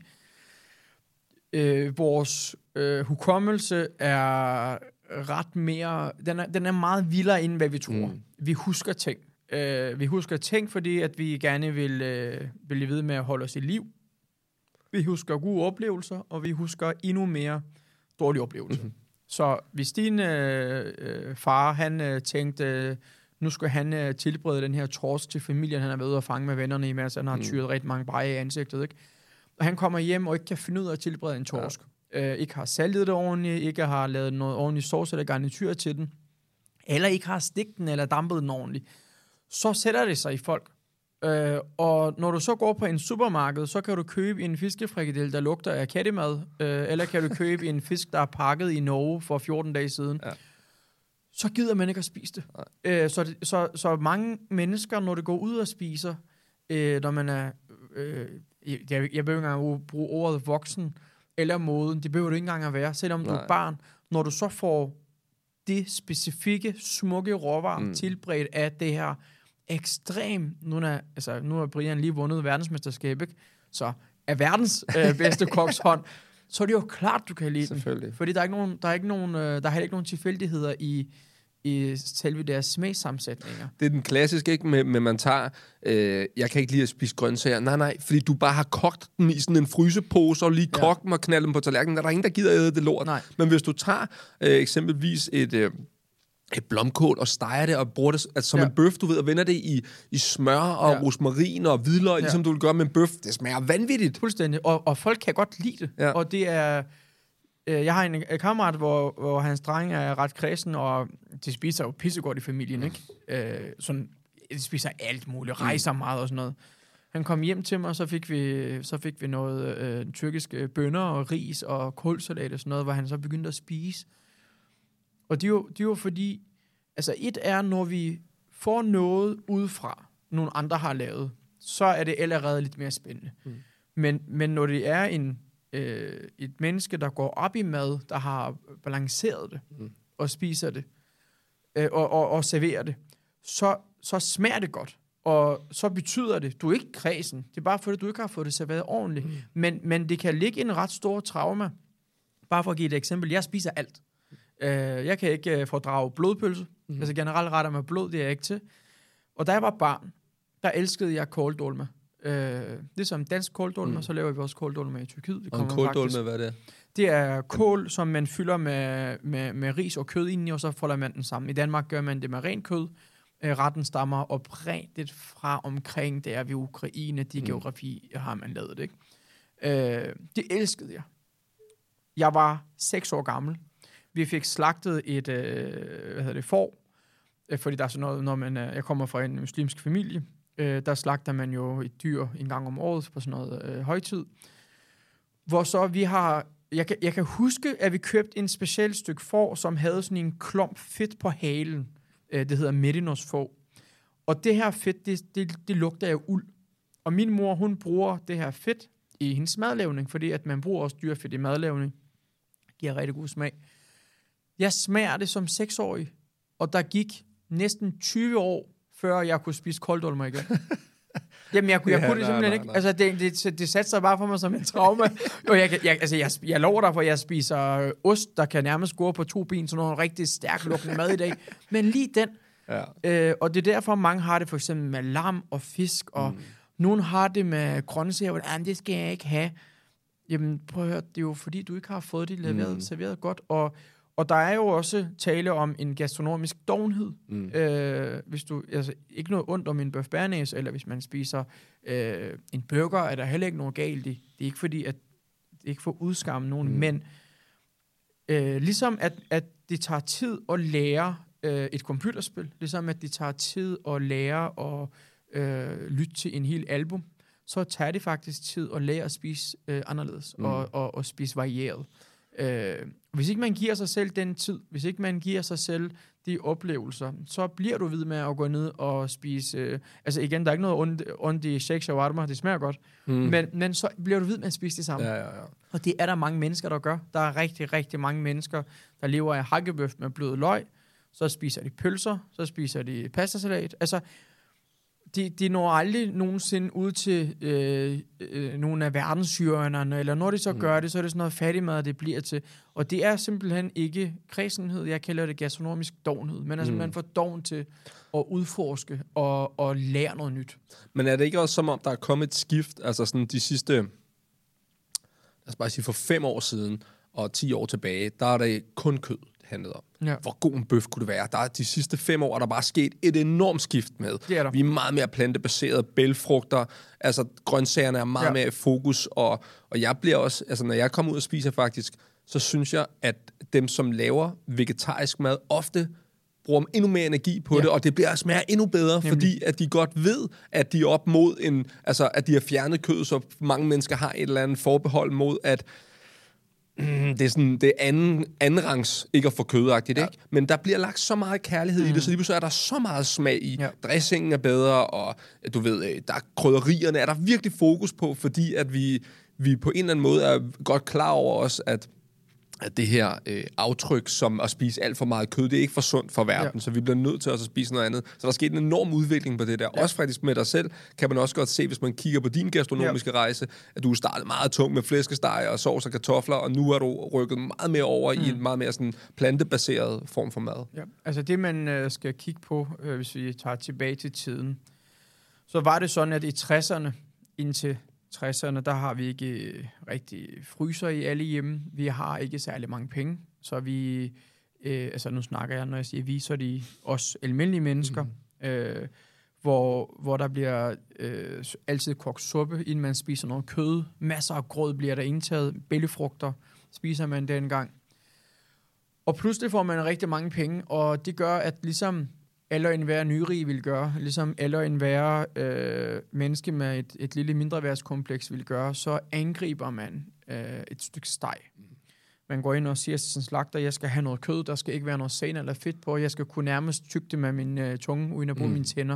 Speaker 5: vores hukommelse er ret mere, den er meget vildere, end hvad vi tror. Vi husker ting. Vi husker ting, fordi at vi gerne vil ved med at holde os i liv. Vi husker gode oplevelser, og vi husker endnu mere dårlige oplevelser. Så hvis din far, han tænkte, nu skal han tilberede den her torsk til familien, han er ved at fange med vennerne, imens han har tyret rigtig mange breje i ansigtet, ikke? Og han kommer hjem og ikke kan finde ud af at tilberede en torsk. Ikke har saltet det ordentligt, ikke har lavet noget ordentligt sauce eller garnityr til den, eller ikke har stegt den eller dampet den ordentligt, så sætter det sig i folk. Og når du så går på en supermarked, så kan du købe en fiskefrikadelle, der lugter af kattemad, eller kan du købe en fisk, der er pakket i Norge for 14 dage siden. Ja. Så gider man ikke at spise det. Så mange mennesker, når det går ud og spiser, når man er... jeg behøver ikke engang bruge ordet voksen. eller moden. Det behøver du ikke engang at være, selvom du er et barn. Når du så får det specifikke, smukke råvarer tilberedt af det her ekstrem... Nu har Brian lige vundet verdensmesterskab, ikke? Så er verdens bedste koks hånd, så er det jo klart, du kan lide den. Fordi der er heller ikke nogen tilfældigheder i selve deres smagssammensætninger.
Speaker 4: Det er den klassiske, ikke? Med man tager, jeg kan ikke lide at spise grøntsager. Nej, fordi du bare har kogt dem i sådan en frysepose, og lige kogt dem og knaldet dem på tallerkenen. Der er ingen, der gider æde det lort. Nej. Men hvis du tager eksempelvis et blomkål og steger det og bruger det som en bøf, du ved, og vender det i smør og rosmarin og hvidløg, ligesom du vil gøre med en bøf. Det smager vanvittigt.
Speaker 5: Fuldstændig. Og folk kan godt lide det. Ja. Og det er... Jeg har en kammerat, hvor hans dreng er ret kredsen, og de spiser jo pissegodt i familien, ikke? De spiser alt muligt, rejser meget og sådan noget. Han kom hjem til mig, og så fik vi noget tyrkiske bønner og ris og kålsalat og sådan noget, hvor han så begyndte at spise. Og det er jo fordi, altså et er, når vi får noget udefra, nogle andre har lavet, så er det allerede lidt mere spændende. Men når det er et menneske, der går op i mad, der har balanceret det, og spiser det, og serverer det, så smager det godt. Og så betyder det, du er ikke kredsen. Det er bare fordi, du ikke har fået det serveret ordentligt. Men det kan ligge en ret stor trauma. Bare for at give et eksempel. Jeg spiser alt. Jeg kan ikke fordrage blodpølse. Altså generelt retter med blod, det er jeg ikke til. Og da jeg var barn, der elskede jeg kåldolme. Det er som dansk kåldolme, så laver vi også kåldolme i Tyrkiet.
Speaker 4: Og en kåldolme, hvad er det?
Speaker 5: Det er kål, som man fylder med ris og kød ind i, og så folder man den sammen. I Danmark gør man det med ren kød. Retten stammer oprindeligt fra omkring der ved Ukraine. De geografi har man lavet det, ikke? Det elskede jeg. Jeg var 6 år gammel. Vi fik slagtet et får, fordi der er sådan noget, når jeg kommer fra en muslimsk familie, der slagter man jo et dyr en gang om året på sådan noget højtid. Hvor så vi har... Jeg kan huske, at vi købte en speciel stykke får, som havde sådan en klump fedt på halen. Det hedder merinos-får. Og det her fedt, det lugter af uld. Og min mor, hun bruger det her fedt i hendes madlavning, fordi at man bruger også dyrefedt i madlavning. Det giver rigtig god smag. Jeg smager det som 6-årig, og der gik næsten 20 år, før jeg kunne spise kåldolmer igen. Jamen, jeg kunne det simpelthen ikke. Altså, det satte sig bare for mig som en trauma. Og jeg lover dig, for jeg spiser ost, der kan nærmest gå på 2 ben, sådan noget rigtig stærk lukkende mad i dag. Men lige den. Ja. Og det er derfor, mange har det for eksempel med lam og fisk, og nogen har det med grøntsager, og det skal jeg ikke have. Jamen, prøv at høre, det er jo fordi, du ikke har fået det serveret godt, og der er jo også tale om en gastronomisk dovenhed. Hvis du, altså, ikke noget ondt om en bøf bearnaise, eller hvis man spiser en burger, er der heller ikke noget galt i. Det er ikke fordi, at det ikke får udskamme nogen, men ligesom at det tager tid at lære et computerspil, ligesom at det tager tid at lære at lytte til en hel album, så tager det faktisk tid at lære at spise anderledes, og spise varieret. Hvis ikke man giver sig selv den tid, hvis ikke man giver sig selv de oplevelser, så bliver du ved med at gå ned og spise... altså igen, der er ikke noget ondt i shake shawarma, det smager godt, men så bliver du ved med at spise det samme. Ja. Og det er der mange mennesker, der gør. Der er rigtig, rigtig mange mennesker, der lever af hakkebøf med blød løg, så spiser de pølser, så spiser de pastasalat. Altså, de når aldrig nogensinde ud til nogle af verdenshjørnerne, eller når de så gør det, så er det sådan noget fattigmad, det bliver til. Og det er simpelthen ikke kredsenhed, jeg kalder det gastronomisk dovenhed, men altså man får doven til at udforske og lære noget nyt.
Speaker 4: Men er det ikke også som om, der er kommet et skift, altså sådan de sidste, lad os bare sige for 5 år siden, og 10 år tilbage, der er det kun kød, det handlede om. Ja. Hvor god en bøf kunne det være. Der er de sidste 5 år, der bare sket et enormt skift med. Vi er meget mere plantebaseret, bælgfrugter, altså grøntsagerne er meget mere i fokus, og jeg bliver også, altså når jeg kommer ud og spiser faktisk, så synes jeg, at dem, som laver vegetarisk mad, ofte bruger endnu mere energi på det, og det bliver smager endnu bedre, fordi at de godt ved, at de er op mod at de har fjernet kød, så mange mennesker har et eller andet forbehold mod, at det er sådan, det er anden rangs ikke at få kødagtigt, ikke? Men der bliver lagt så meget kærlighed i det, så lige pludselig er der så meget smag i. Dressingen er bedre, og du ved, der er krydderierne, er der virkelig fokus på, fordi at vi vi på en eller anden måde er godt klar over os, at det her aftryk, som at spise alt for meget kød, det er ikke for sundt for verden, så vi bliver nødt til også at spise noget andet. Så der er sket en enorm udvikling på det der. Også faktisk med dig selv, kan man også godt se, hvis man kigger på din gastronomiske rejse, at du startede meget tung med flæskesteg og sovs og kartofler, og nu er du rykket meget mere over i en meget mere sådan plantebaseret form for mad.
Speaker 5: Ja, altså det, man skal kigge på, hvis vi tager tilbage til tiden, så var det sådan, at i 60'erne indtil 60'erne, der har vi ikke rigtig fryser i alle hjemme. Vi har ikke særlig mange penge, så vi, altså nu snakker jeg, når jeg siger vi, så er de os almindelige mennesker, hvor der bliver altid kogt suppe, inden man spiser noget kød. Masser af grød bliver der indtaget, bælgefrugter spiser man dengang. Og pludselig får man rigtig mange penge, og det gør, at ligesom alle og enhver nyrige vil gøre, ligesom alle og enhver menneske med et lille mindreværdskompleks vil gøre, så angriber man et stykke steg. Man går ind og siger til sin slagter, jeg skal have noget kød, der skal ikke være noget sen eller fedt på, jeg skal kunne nærmest tygge det med min tunge, uden at bruge mine tænder.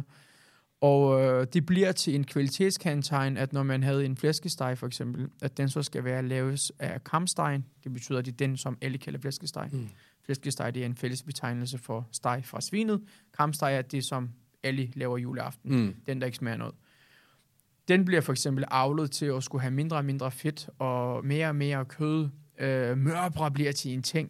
Speaker 5: Og det bliver til en kvalitetskendetegn, at når man havde en flæskesteg for eksempel, at den så skal være lavet af kamstegen. Det betyder, at det er den, som alle kalder flæskesteg. Flæskesteg, det er en fælles betegnelse for steg fra svinet. Kamsteg er det, som alle laver juleaften. Den, der ikke smager noget. Den bliver for eksempel avlet til at skulle have mindre og mindre fedt og mere kød. Mørbrad bliver til en ting,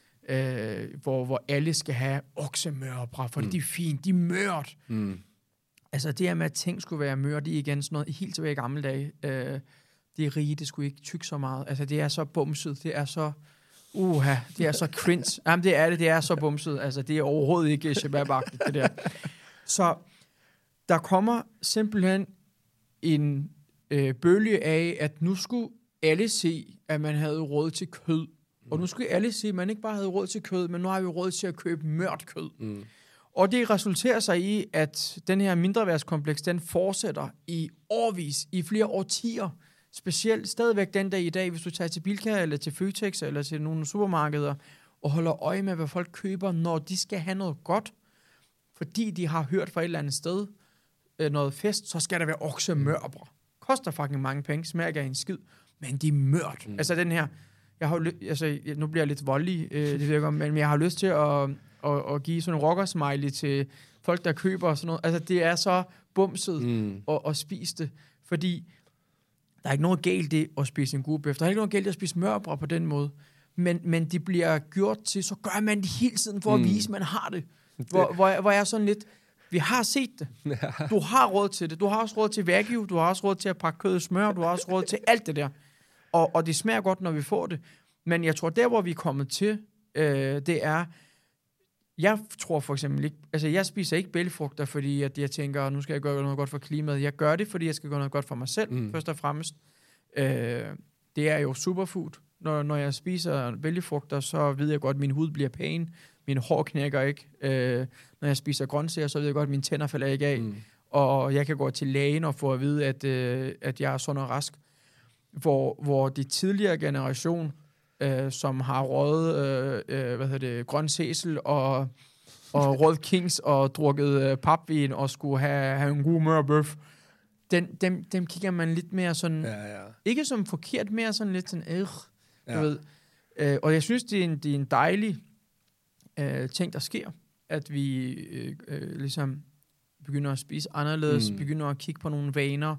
Speaker 5: hvor alle skal have oksemørbrad, for de er fint, de er mørt. Altså det her med, at ting skulle være mør, det er igen sådan noget helt tilbage i gamle dage. Det er rige, det skulle ikke tykke så meget. Altså det er så bumset, det er så... det er så cringe. Jamen det er så bumset. Altså det er overhovedet ikke shabab-agtigt, det der. Så der kommer simpelthen en bølge af, at nu skulle alle se, at man havde råd til kød. Og nu skulle alle se, at man ikke bare havde råd til kød, men nu har vi råd til at købe mørt kød. Og det resulterer sig i, at den her mindreværdskompleks, den fortsætter i årvis, i flere årtier. Specielt stadigvæk den dag i dag, hvis du tager til Bilka eller til Føtex eller til nogle supermarkeder og holder øje med, hvad folk køber, når de skal have noget godt, fordi de har hørt fra et eller andet sted noget fest, så skal der være oksemørbrad. Koster fucking mange penge, smager ikke af en skid, men de er mørt. Altså den her, nu bliver jeg lidt voldelig, det virker, men jeg har lyst til at give sådan en rocker-smiley til folk, der køber sådan noget. Altså det er så bumset at spise det, fordi der er ikke noget galt i at spise en god bøf. Der er ikke noget galt i at spise mørbrad på den måde. Men de bliver gjort til, så gør man det hele tiden for at vise, at man har det. Hvor jeg er sådan lidt, vi har set det. Du har råd til det. Du har også råd til Wagyu. Du har også råd til at pakke kød og smør. Du har også råd til alt det der. Og det smager godt, når vi får det. Men jeg tror, der hvor vi er kommet til, det er, jeg tror for eksempel ikke, altså jeg spiser ikke bælgefrugter, fordi at jeg tænker, nu skal jeg gøre noget godt for klimaet. Jeg gør det, fordi jeg skal gøre noget godt for mig selv, først og fremmest. Det er jo superfood. Når jeg spiser bælgefrugter, så ved jeg godt, at min hud bliver pæn. Min hår knækker ikke. Når jeg spiser grøntsager, så ved jeg godt, at mine tænder falder ikke af. Og jeg kan gå til lægen og få at vide, at jeg er sund og rask. Hvor de tidligere generation, som har røget grøn sæsel og rød kings og drukket papvin og skulle have en god mørbøf, dem kigger man lidt mere sådan, ikke som forkert, mere sådan lidt sådan, du ved. Og jeg synes, det er en dejlig ting, der sker, at vi ligesom begynder at spise anderledes, begynder at kigge på nogle vaner,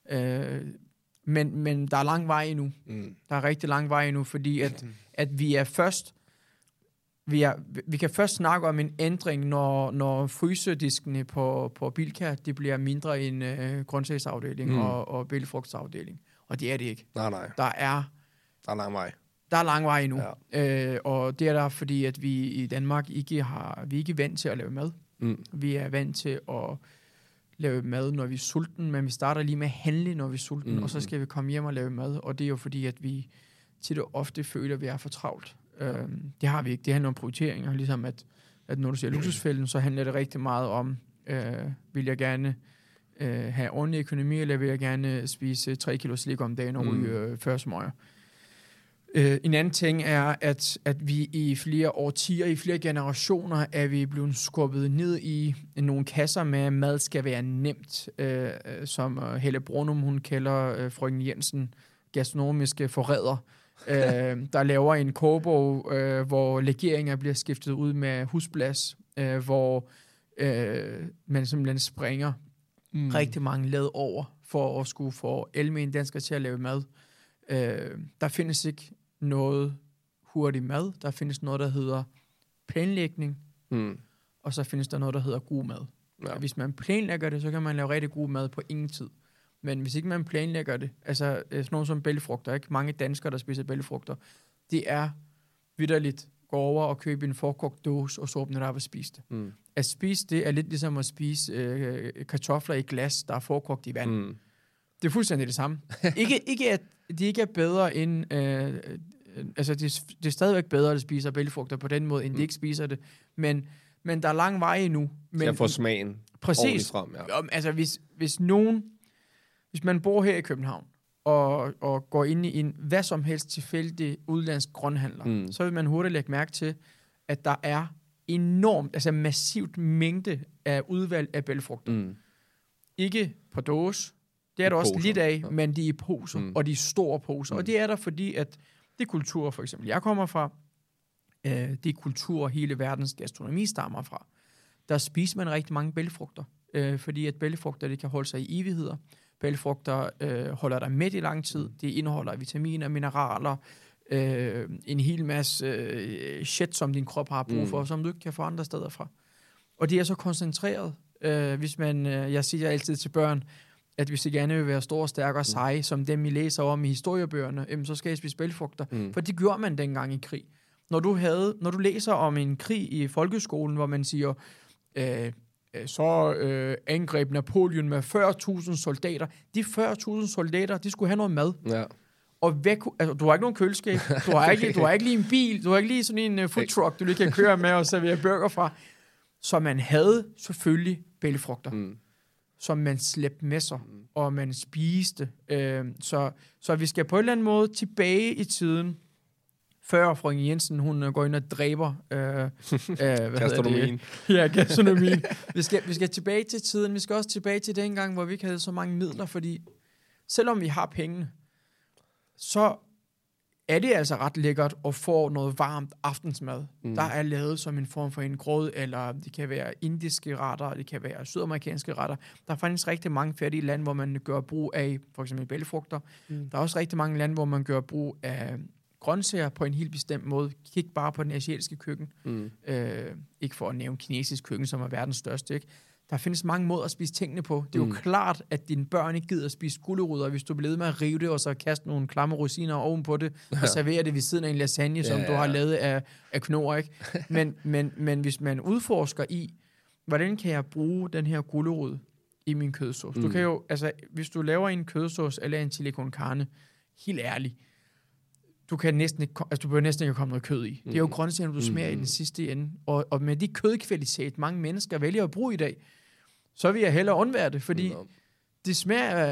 Speaker 5: men der er lang vej endnu. Der er rigtig lang vej endnu, fordi at vi er først, vi kan først snakke om en ændring, når frysediskene på Bilka, det bliver mindre end grøntsagsafdeling og bælgefrugtsafdeling. Og det er det ikke.
Speaker 4: Nej.
Speaker 5: Der er
Speaker 4: lang vej.
Speaker 5: Der er lang vej endnu. Og det er der, fordi at vi i Danmark vi er ikke vant til at lave mad. Vi er vant til at lave mad, når vi er sulten, men vi starter lige med at handle, når vi er sulten, og så skal vi komme hjem og lave mad. Og det er jo fordi, at vi tit og ofte føler, at vi er for travlt. Det har vi ikke. Det handler om prioriteringer. Ligesom at når du siger luksusfælden, så handler det rigtig meget om, vil jeg gerne have ordentlig økonomi, eller vil jeg gerne spise 3 kilo slik om dagen og ryge 40 smøger. En anden ting er, at vi i flere årtier, i flere generationer, er vi blevet skubbet ned i nogle kasser med, at mad skal være nemt, som Helle Brunum, hun kalder frøken Jensen, gastronomiske forræder, der laver en kogebog, hvor legeringer bliver skiftet ud med husblas, hvor man simpelthen springer rigtig mange led over, for at skulle få almen danskere til at lave mad. Der findes ikke noget hurtig mad. Der findes noget, der hedder planlægning, og så findes der noget, der hedder god mad. Ja. Hvis man planlægger det, så kan man lave rigtig god mad på ingen tid. Men hvis ikke man planlægger det, altså sådan noget som bælgefrugter, ikke? Mange danskere, der spiser bælgefrugter, det er vitterligt gå over og købe en forkogt dåse, og så åbne det op og spise det. At spise det er lidt ligesom at spise kartofler i glas, der er forkogt i vand. Det er fuldstændig det samme. Ikke at det ikke er bedre end... altså, det er stadigvæk bedre at spise bælgefrugter på den måde, end de ikke spiser det. Men der er lang vej endnu. Men,
Speaker 4: jeg får smagen ordentligt frem. Ja.
Speaker 5: Altså, hvis man bor her i København, og går ind i en hvad som helst tilfældig udlandsk grønhandler, så vil man hurtigt lægge mærke til, at der er enormt, altså massivt mængde af udvalg af bælgefrugter. Ikke på dåse, det er der også lidt af, men de er i poser, og de er store poser. Og det er der, fordi at det kultur, for eksempel, jeg kommer fra, det kultur, hele verdens gastronomi stammer fra. Der spiser man rigtig mange bælgefrugter, fordi at bælgefrugter, det kan holde sig i evigheder. Bælgefrugter holder dig mæt i lang tid. Det indeholder vitaminer, mineraler, en hel masse shit, som din krop har brug for, som du ikke kan få andre steder fra. Og det er så koncentreret. Hvis man, jeg siger altid til børn, at hvis I gerne vil være store, stærkere og seje, som dem I læser om i historiebøgerne, så skal I spise bælgefrugter. For det gjorde man dengang i krig. Når du læser om en krig i folkeskolen, hvor man siger, angreb Napoleon med 40.000 soldater. De 40.000 soldater, de skulle have noget mad. Ja. Og du har ikke nogen køleskab, du har ikke lige en bil, du har ikke lige sådan en food truck, du lige kan køre med og servere burger fra. Så man havde selvfølgelig bælgefrugter, som man slæbte med sig, og man spiste. Så vi skal på en eller anden måde tilbage i tiden, før frøken Jensen, hun går ind og dræber
Speaker 4: gastronomien.
Speaker 5: Ja, gastronomien. vi skal tilbage til tiden. Vi skal også tilbage til den gang, hvor vi ikke havde så mange midler, fordi selvom vi har pengene, så er det altså ret lækkert at få noget varmt aftensmad. Der er lavet som en form for en grød, eller det kan være indiske retter, det kan være sydamerikanske retter. Der er faktisk rigtig mange fattige lande, hvor man gør brug af for eksempel bælgefrugter. Der er også rigtig mange lande, hvor man gør brug af grøntsager på en helt bestemt måde. Kig bare på den asiatiske køkken. Ikke for at nævne kinesisk køkken, som er verdens største, ikke? Der findes mange måder at spise tingene på. Det er jo klart, at dine børn ikke gider at spise gulerødder, hvis du bliver ved med at rive det, og så kaste nogle klamme rosiner ovenpå det, og servere det ved siden af en lasagne, som du har lavet af knor, ikke? Men hvis man udforsker i, hvordan kan jeg bruge den her gulerod i min kødsauce? Du kan jo, altså, hvis du laver en kødsauce eller en chili con carne, helt ærligt, du behøver næsten ikke komme noget kød i. Det er jo grøntsager, du smager i den sidste ende. Og med de kødkvalitet, mange mennesker vælger at bruge i dag, så vil jeg hellere undvære det, fordi det smager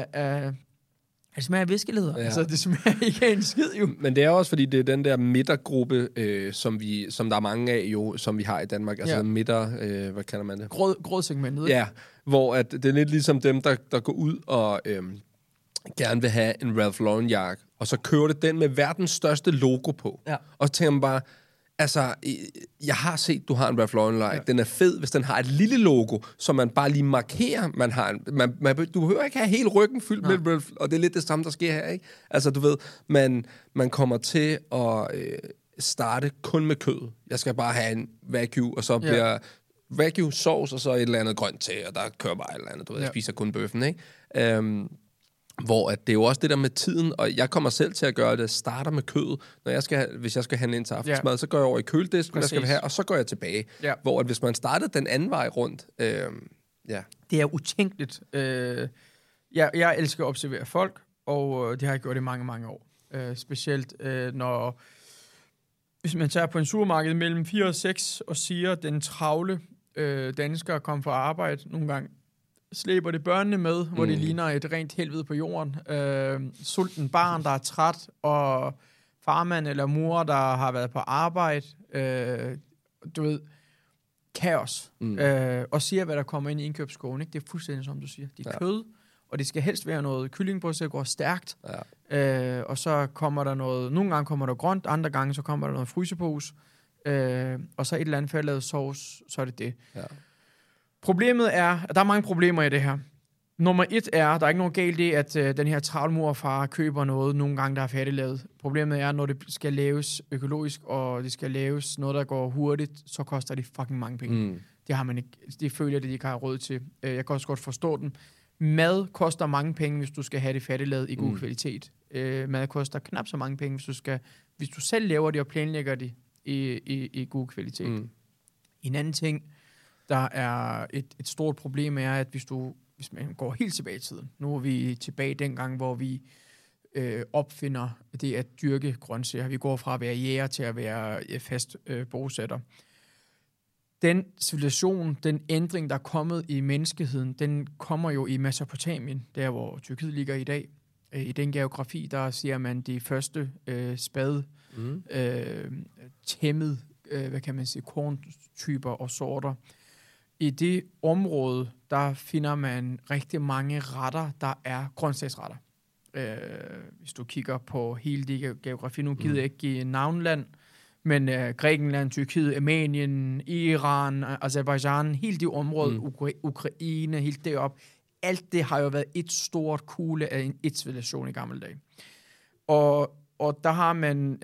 Speaker 5: af viskeligheder. Ja. Altså, det smager ikke af en skid, jo.
Speaker 4: Men det er også, fordi det er den der midtergruppe, som der er mange af, jo, som vi har i Danmark. Altså midter, hvad kalder man det?
Speaker 5: Grådsegmentet, ikke?
Speaker 4: Ja, hvor at det er lidt ligesom dem, der går ud og gerne vil have en Ralph Lauren-jakke, og så kører det den med verdens største logo på. Ja. Og så tænker man bare, altså, jeg har set, du har en Ralph Lauren-jakke. Ja. Den er fed, hvis den har et lille logo, så man bare lige markerer, man har du behøver ikke have hele ryggen fyldt med Ralph, og det er lidt det samme, der sker her, ikke? Altså, du ved, man kommer til at starte kun med kød. Jeg skal bare have en wagyu, og så bliver wagyu sauce, og så et eller andet grønt til, og der kører bare et eller andet, du ved, jeg spiser kun bøffen, ikke? Hvor at det er jo også det der med tiden, og jeg kommer selv til at gøre det, starter med kødet. Hvis jeg skal handle ind til aftensmad, så går jeg over i køledisken, hvad skal vi have, og så går jeg tilbage. Ja. Hvor at hvis man startede den anden vej rundt,
Speaker 5: det er utænkeligt. Jeg elsker at observere folk, og det har jeg gjort i mange, mange år. Specielt når hvis man tager på en supermarked mellem 4 og 6 og siger, at den travle dansker kommer fra arbejde nogle gange, slæber det børnene med, hvor det ligner et rent helvede på jorden. Sulten barn, der er træt, og farmand eller mor, der har været på arbejde. Du ved, kaos. Og siger, hvad der kommer ind i indkøbskurven. Ikke? Det er fuldstændig som du siger. Det er kød, og det skal helst være noget kylling på, så det går stærkt.
Speaker 4: Ja.
Speaker 5: Og så kommer der noget, nogle gange kommer der grønt, andre gange så kommer der noget frysepose, og så et eller andet færdiglavet sovs, så er det det.
Speaker 4: Ja.
Speaker 5: Problemet er, at der er mange problemer i det her. Nummer 1 er, der er ikke noget galt i, at den her travlmorfar køber noget, nogle gange der er færdiglavet. Problemet er, når det skal laves økologisk, og det skal laves noget, der går hurtigt, så koster det fucking mange penge.
Speaker 4: Mm.
Speaker 5: Det har man ikke, det føler jeg, de ikke har råd til. Jeg kan også godt forstå den. Mad koster mange penge, hvis du skal have det færdiglavet i god kvalitet. Mad koster knap så mange penge, hvis du selv laver det og planlægger det i god kvalitet. Mm. En anden ting, der er et stort problem, er, at hvis man går helt tilbage i tiden, nu er vi tilbage dengang, hvor vi opfinder det at dyrke grøntsager. Vi går fra at være jæger til at være fast bosætter. Den civilisation, den ændring, der er kommet i menneskeheden, den kommer jo i Mesopotamien, der hvor Tyrkiet ligger i dag. I den geografi, der ser man de første tæmmet, hvad kan man sige, korntyper og sorter. I det område, der finder man rigtig mange retter, der er grøntsagsretter. Hvis du kigger på hele det geografi, nu gider jeg ikke give navnland, men Grækenland, Tyrkiet, Armenien, Iran, Azerbaijan, hele det område, Ukraine, helt derop, alt det har jo været et stort kugle af et civilisation i gamle dage. Og der har man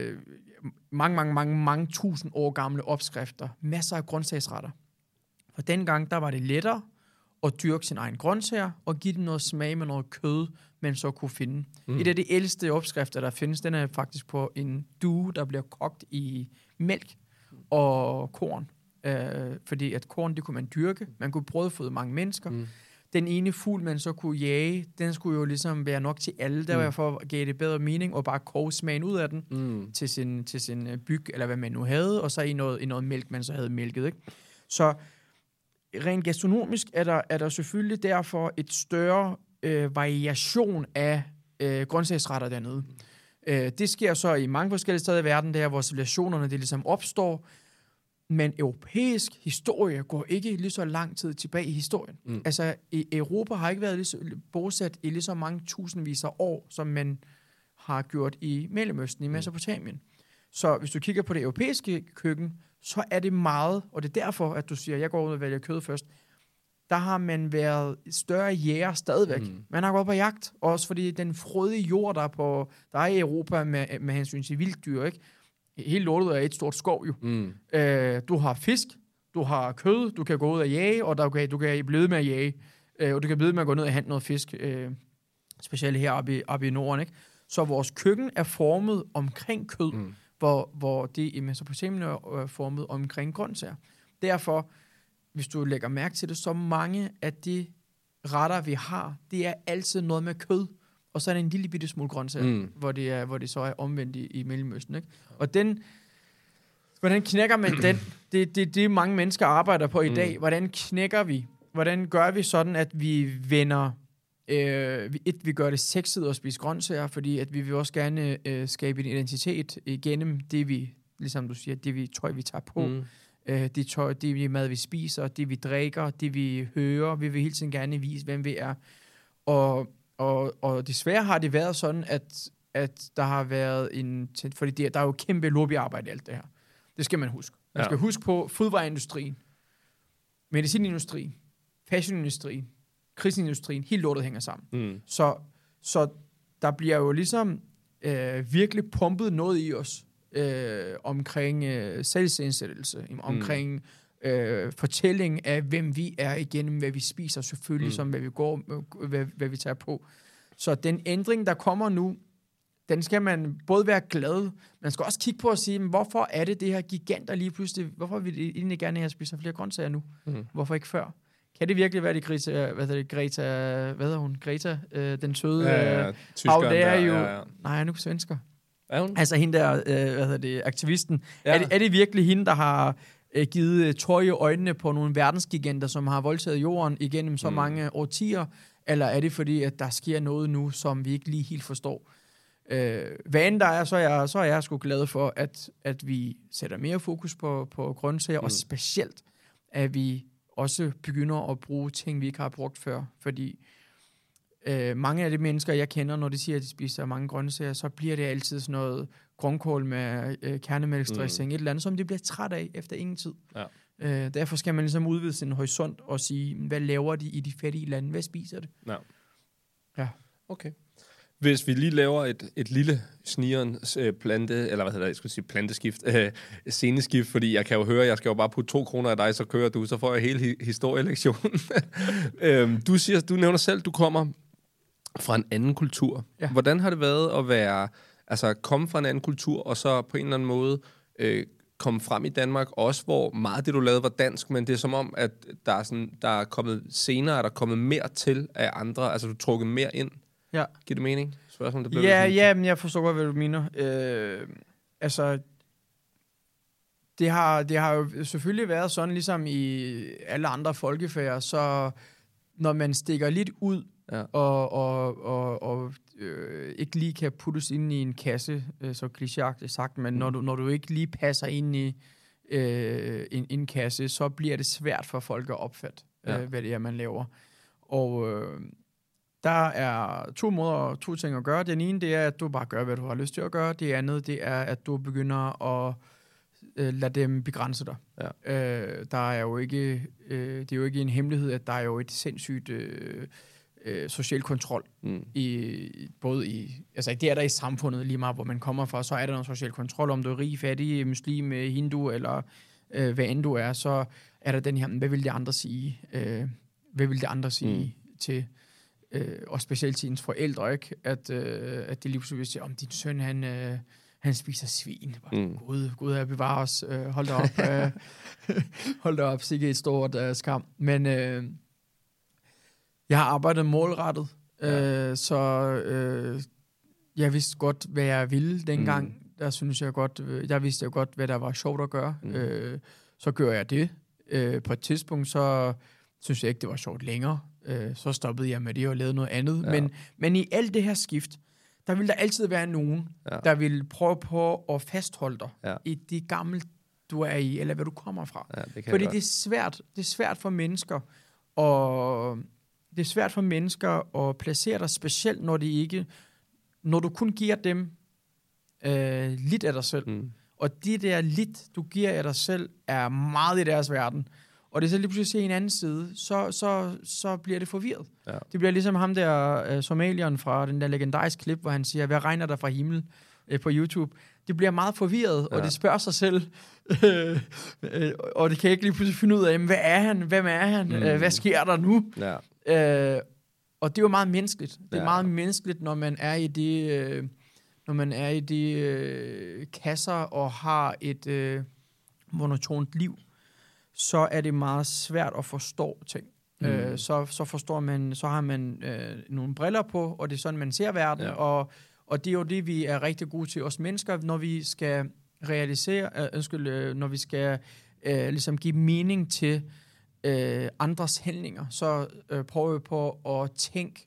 Speaker 5: mange tusind år gamle opskrifter, masser af grøntsagsretter. For dengang, der var det lettere at dyrke sin egen grøntsager og give dem noget smag med noget kød, man så kunne finde. Et af de ældste opskrifter, der findes, den er faktisk på en due, der bliver kogt i mælk og korn. Fordi at korn, det kunne man dyrke. Man kunne brødføde mange mennesker. Den ene fugl, man så kunne jage, den skulle jo ligesom være nok til alle. Derfor gav det bedre mening at bare koge smagen ud af den til sin byg, eller hvad man nu havde, og så i noget mælk, man så havde mælket. Ikke? Så rent gastronomisk er der selvfølgelig derfor et større variation af grøntsagsretter dernede. Det sker så i mange forskellige steder i verden, der hvor civilisationerne det ligesom opstår, men europæisk historie går ikke lige så lang tid tilbage i historien. Altså, Europa har ikke været bosat i lige så mange tusindvis af år, som man har gjort i Mellemøsten, i Mesopotamien. Så hvis du kigger på det europæiske køkken, så er det meget, og det er derfor, at du siger, at jeg går ud og vælger kød først. Der har man været større jæger stadigvæk. Man har gået på jagt, også fordi den frøde jord, der er i Europa med hensyn til vilddyr, ikke? Helt lortet er et stort skov jo. Du har fisk, du har kød, du kan gå ud og jage, og du kan blive med at jage, og du kan blive med at gå ned og hente noget fisk, specielt her oppe i Norden, ikke? Så vores køkken er formet omkring kød, hvor det i Mesopotamien er formet omkring grøntsager. Derfor, hvis du lægger mærke til det, så mange af de retter, vi har, det er altid noget med kød, og så er der en lille bitte smule grøntsager, hvor det så er omvendt i Mellemøsten. Ikke? Og hvordan knækker man den? Det mange mennesker arbejder på i dag. Hvordan knækker vi? Hvordan gør vi sådan, at vi vender... vi gør det sexet at spise grøntsager, fordi at vi vil også gerne skabe en identitet igennem det, vi, ligesom du siger, det tøj, vi tager på. Det mad, vi spiser, det vi drikker, det vi hører. Vi vil hele tiden gerne vise, hvem vi er. Og desværre har det været sådan, at der har været fordi der er jo kæmpe lobbyarbejde i alt det her. Det skal man huske. Man skal huske på fødevareindustrien, medicinindustrien, fashionindustrien, krigsindustrien, helt lortet hænger sammen. Så der bliver jo ligesom virkelig pumpet noget i os omkring selvsindsættelse, omkring fortælling af, hvem vi er igennem, hvad vi spiser, selvfølgelig, som hvad vi går, hvad vi tager på. Så den ændring, der kommer nu, den skal man både være glad, man skal også kigge på og sige, hvorfor er det her giganter lige pludselig, hvorfor vil vi egentlig gerne have spise flere grøntsager nu? Hvorfor ikke før? Kan det virkelig være Greta, den søde?
Speaker 4: Tyskeren
Speaker 5: det er jo...
Speaker 4: Ja.
Speaker 5: Nej, nu på svensker.
Speaker 4: Er hun?
Speaker 5: Altså hende der, aktivisten. Ja. Er det virkelig hende, der har givet tøj i øjnene på nogle verdensgiganter, som har voldtaget jorden igennem så mange årtier? Eller er det fordi, at der sker noget nu, som vi ikke lige helt forstår? Hvad end der er, så er jeg sgu glad for, at vi sætter mere fokus på grøntsager, og specielt, at vi også begynder at bruge ting, vi ikke har brugt før. Fordi mange af de mennesker, jeg kender, når de siger, at de spiser mange grøntsager, så bliver det altid sådan noget grønkål med kernemælksdressing, et eller andet, som de bliver træt af efter ingen tid.
Speaker 4: Ja.
Speaker 5: Derfor skal man ligesom udvide sin horisont og sige, hvad laver de i de fattige lande? Hvad spiser det? Ja.
Speaker 4: Okay. Hvis vi lige laver et lille snigerens planteskift, sceneskift, fordi jeg kan jo høre, jeg skal jo bare putte 2 kroner af dig, så kører du, så får jeg hele historielektionen. Du nævner selv, du kommer fra en anden kultur.
Speaker 5: Ja.
Speaker 4: Hvordan har det været at komme fra en anden kultur, og så på en eller anden måde komme frem i Danmark, også hvor meget det, du lavede, var dansk, men det er som om, at der er kommet senere, er der kommet mere til af andre, altså du trukket mere ind.
Speaker 5: Ja.
Speaker 4: Giver det mening? Spørgsmål,
Speaker 5: Men jeg forstår godt, hvad du mener. Det har jo selvfølgelig været sådan, ligesom i alle andre folkefærd, så når man stikker lidt ud, og ikke lige kan puttes ind i en kasse, så klichéagtigt sagt, men når du ikke lige passer ind i en kasse, så bliver det svært for folk at opfatte, hvad det er, man laver. Og der er 2 ting at gøre. Den ene, det er, at du bare gør, hvad du har lyst til at gøre. Det andet, det er, at du begynder at lade dem begrænse dig. Ja. Der er jo ikke, det er jo ikke en hemmelighed, at der er jo et sindssygt social kontrol. Altså det er der i samfundet lige meget, hvor man kommer fra, så er der noget social kontrol. Om du er rig, fattig, muslim, hindu, eller hvad end du er, så er der den her, hvad vil de andre sige? Hvad vil de andre sige til... og specielt til ens forældre, ikke? At det lige pludselig vil sige, om din søn, han spiser svin. Gud er bevare os. Hold da op. Hold da op, sikkert et stort skam. Men jeg har arbejdet målrettet, så jeg vidste godt, hvad jeg ville dengang. Der synes jeg godt, jeg vidste godt, hvad der var sjovt at gøre. Så gør jeg det. På et tidspunkt, så synes jeg ikke, det var sjovt længere. Så stoppede jeg med det og lavede noget andet. Ja. Men i alt det her skift, der vil der altid være nogen, der vil prøve på at fastholde dig i det gamle, du er i, eller hvad du kommer fra. Ja, fordi det er svært for mennesker, og det er svært for mennesker at placere dig, specielt når du kun giver dem lidt af dig selv. Og de der lidt, du giver af dig selv, er meget i deres verden. Og det er så lige pludselig se en anden side, så bliver det forvirret. Ja. Det bliver ligesom ham der, somalieren fra den der legendariske klip, hvor han siger, hvad regner der fra himmel på YouTube? Det bliver meget forvirret, og det spørger sig selv. Og det kan ikke lige pludselig finde ud af, hvad er han? Hvem er han? Hvad sker der nu? Ja. Og det er jo meget menneskeligt. Det er meget menneskeligt, når man er i de kasser og har et monotont liv. Så er det meget svært at forstå ting. Så forstår man, så har man nogle briller på, og det er sådan, man ser verden, og det er jo det, vi er rigtig gode til, os mennesker, når vi skal når vi skal ligesom give mening til andres handlinger, så prøver vi på at tænke.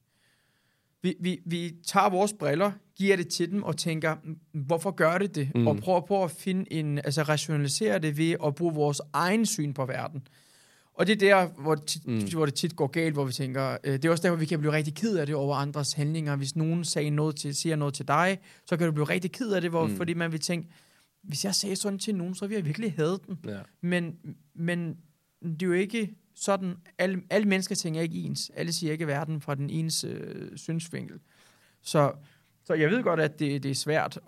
Speaker 5: Vi tager vores briller, giver det til dem og tænker, hvorfor gør det? Og prøver på at finde rationalisere det ved at bruge vores egen syn på verden. Og det er der, hvor det tit går galt, hvor vi tænker, det er også der, hvor vi kan blive rigtig ked af det over andres handlinger. Hvis nogen siger noget til dig, så kan du blive rigtig ked af det, fordi man vil tænke, hvis jeg sagde sådan til nogen, så ville jeg virkelig hade den. Ja. Men det er jo ikke sådan, alle mennesker tænker ikke ens. Alle siger ikke verden fra den ens synsvinkel. Så jeg ved godt, at det er svært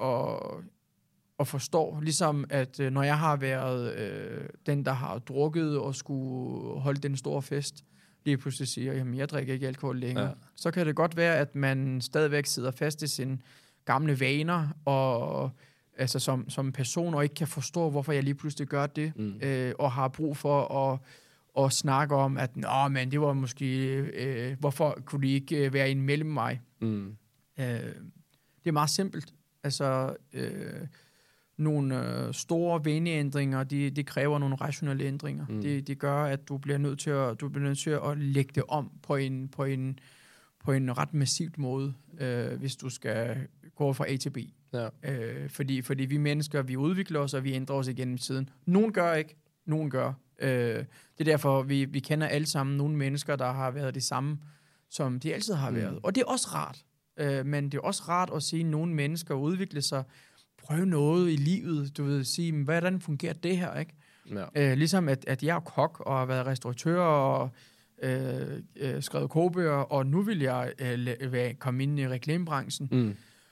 Speaker 5: at forstå. Ligesom at når jeg har været den, der har drukket og skulle holde den store fest, lige pludselig siger, jamen jeg drikker ikke alkohol længere. Ja. Så kan det godt være, at man stadigvæk sidder fast i sine gamle vaner, og altså som person, og ikke kan forstå, hvorfor jeg lige pludselig gør det, og har brug for at snakke om, at men det var måske, hvorfor kunne de ikke være en mellem mig? Det er meget simpelt. Altså, nogle store vaneændringer, de kræver nogle rationelle ændringer. Det gør, at du bliver nødt til at lægge det om på en ret massivt måde, hvis du skal gå fra A til B. Ja. Fordi vi mennesker, vi udvikler os, og vi ændrer os igennem tiden. Nogen gør ikke, nogen gør. Det er derfor, vi kender alle sammen nogle mennesker, der har været som de altid har været. Og det er også rart. Men det er også rart at se nogle mennesker udvikle sig, prøve noget i livet, du ved, sige, hvordan fungerer det her, ikke? Ja. Ligesom at jeg er kok, og har været restauratør, og skrevet kogebøger, og nu vil jeg komme ind i reklamebranchen.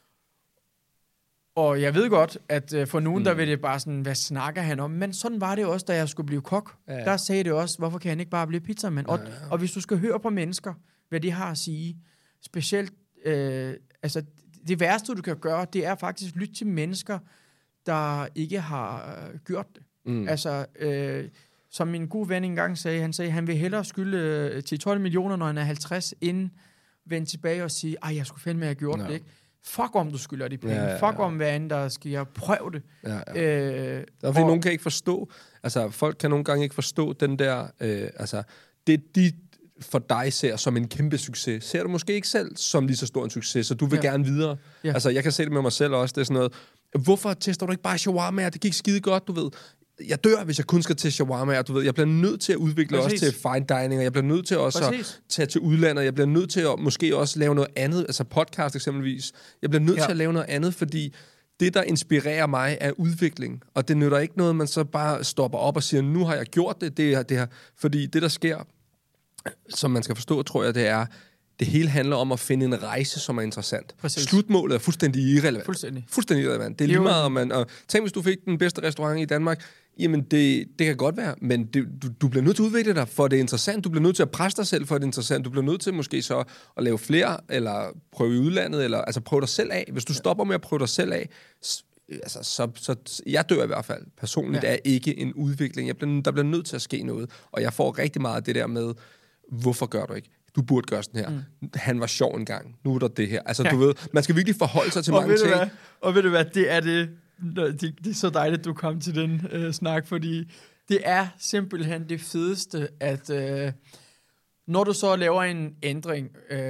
Speaker 5: Og jeg ved godt, at for nogen, der vil det bare sådan, hvad snakker han om? Men sådan var det også, da jeg skulle blive kok. Ja. Der sagde det også, hvorfor kan han ikke bare blive pizzamand? Og hvis du skal høre på mennesker, hvad de har at sige, specielt, altså det værste, du kan gøre, det er faktisk lytte til mennesker, der ikke har gjort det. Altså, som min gode ven engang sagde, han vil hellere skylde 10-12 millioner, når han er 50, inden vende tilbage og sige, jeg skulle fandme have gjort det, ikke? Fuck om du skylder de penge. Fuck om hvad andet der sker. Prøv det.
Speaker 4: Fordi nogen kan ikke forstå, altså folk kan nogle gange ikke forstå den der, altså det de for dig ser som en kæmpe succes, ser du måske ikke selv som lige så stor en succes, så du vil gerne videre. Altså jeg kan se det med mig selv også, det er sådan noget, hvorfor tester du ikke bare shawarma? Det gik skide godt, du ved. Jeg dør, hvis jeg kun skal til shawarma, du ved. Jeg bliver nødt til at udvikle også til fine dining, og jeg bliver nødt til også at tage til udlandet, jeg bliver nødt til at måske også lave noget andet, altså podcast eksempelvis. Jeg bliver nødt til at lave noget andet, fordi det, der inspirerer mig, er udvikling. Og det nytter ikke noget, man så bare stopper op og siger, nu har jeg gjort det her. Fordi det, der sker, som man skal forstå, tror jeg, det er, det hele handler om at finde en rejse, som er interessant. Præcis. Slutmålet er fuldstændig irrelevant. Fuldstændig irrelevant. Det er lige meget, og tænk, hvis du fik den bedste restaurant i Danmark, jamen det kan godt være, men du bliver nødt til at udvikle dig, for det er interessant. Du bliver nødt til at presse dig selv, for det er interessant. Du bliver nødt til måske så at lave flere, eller prøve i udlandet, eller altså prøve dig selv af. Hvis du stopper med at prøve dig selv af, altså, så jeg dør i hvert fald. Personligt er ikke en udvikling. Der bliver nødt til at ske noget, og jeg får rigtig meget af det der med, hvorfor gør du ikke? Du burde gøre sådan her. Han var sjov engang. Nu er der det her. Altså, du ved, man skal virkelig forholde sig til mange ting.
Speaker 5: Og ved du hvad, det er så dejligt, du kom til den snak, fordi det er simpelthen det fedeste, at når du så laver en ændring,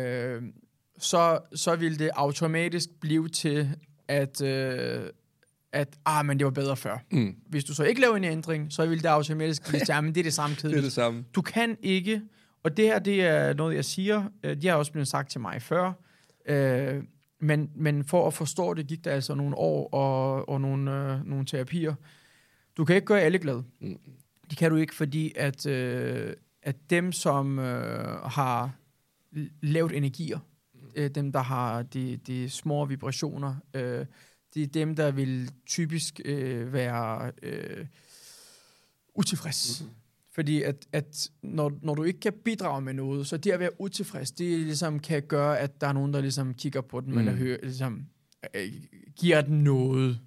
Speaker 5: så vil det automatisk blive til, at men det var bedre før. Hvis du så ikke laver en ændring, så vil det automatisk blive til, men det er det samme kedeligt.
Speaker 4: Det er det samme.
Speaker 5: Du kan ikke, og det her, det er noget, jeg siger, de har også blevet sagt til mig før, men for at forstå det, gik der altså nogle år og nogle terapier. Du kan ikke gøre alle glade. Det kan du ikke, fordi at dem, som har lavet energier, dem, der har de små vibrationer, det er dem, der vil typisk være utilfreds. Fordi at når du ikke kan bidrage med noget, så det at være utilfreds, det ligesom kan gøre, at der er nogen, der ligesom kigger på den, eller hører, ligesom, giver den noget.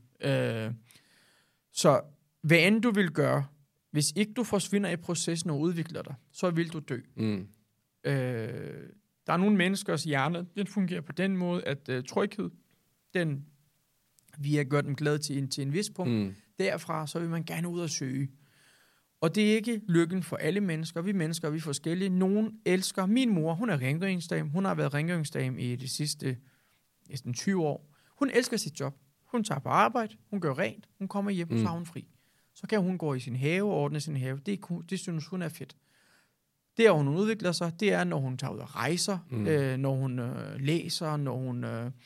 Speaker 5: Så hvad end du vil gøre, hvis ikke du forsvinder i processen og udvikler dig, så vil du dø. Der er nogle menneskers hjerne, den fungerer på den måde, at tryghed, den vi har gjort dem glade til en vis punkt. Derfra, så vil man gerne ud og søge. Og det er ikke lykken for alle mennesker. Vi mennesker, vi er forskellige. Nogen elsker. Min mor, hun er rengøringsdame. Hun har været rengøringsdame i de sidste næsten 20 år. Hun elsker sit job. Hun tager på arbejde. Hun gør rent. Hun kommer hjem, så har hun fri. Så kan hun gå i sin have og ordne sin have. Det synes hun er fedt. Der, hun udvikler sig, det er, når hun tager ud og rejser, når hun læser, når hun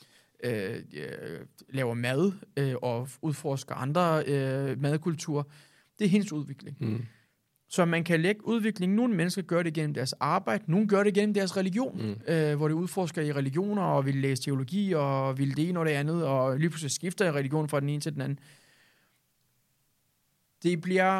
Speaker 5: laver mad og udforsker andre madkulturer. Det er hendes udvikling. Så man kan lægge udvikling. Nogle mennesker gør det gennem deres arbejde, nogle gør det gennem deres religion, hvor de udforsker i religioner og vil læse teologi og vil det ene og det andet, og lige pludselig skifter i religion fra den ene til den anden. Det bliver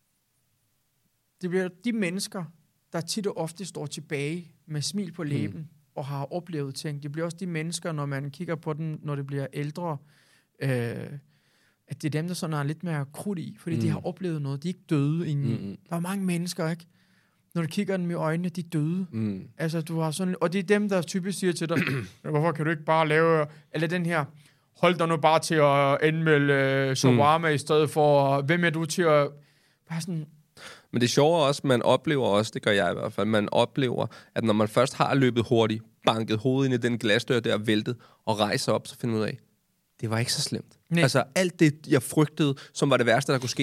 Speaker 5: de mennesker, der tit og ofte står tilbage med smil på læben og har oplevet ting. Det bliver også de mennesker, når man kigger på dem, når det bliver ældre, at det er dem, der sådan er lidt mere krudt i, fordi de har oplevet noget. De er ikke døde indeni. Der er mange mennesker, ikke? Når du kigger dem i øjnene, de er døde. Altså, du har sådan, og det er dem, der typisk siger til dig, hvorfor kan du ikke bare lave, eller den her, hold dig nu bare til at anmelde shawarma i stedet for, hvem er du til at, bare sådan.
Speaker 4: Men det sjove også, man oplever også, det gør jeg i hvert fald, man oplever, at når man først har løbet hurtigt, banket hovedet ind i den glasdør der, væltet, og rejser op, så finder man ud af, det var ikke så slemt. Nej. Altså alt det, jeg frygtede, som var det værste, der kunne ske,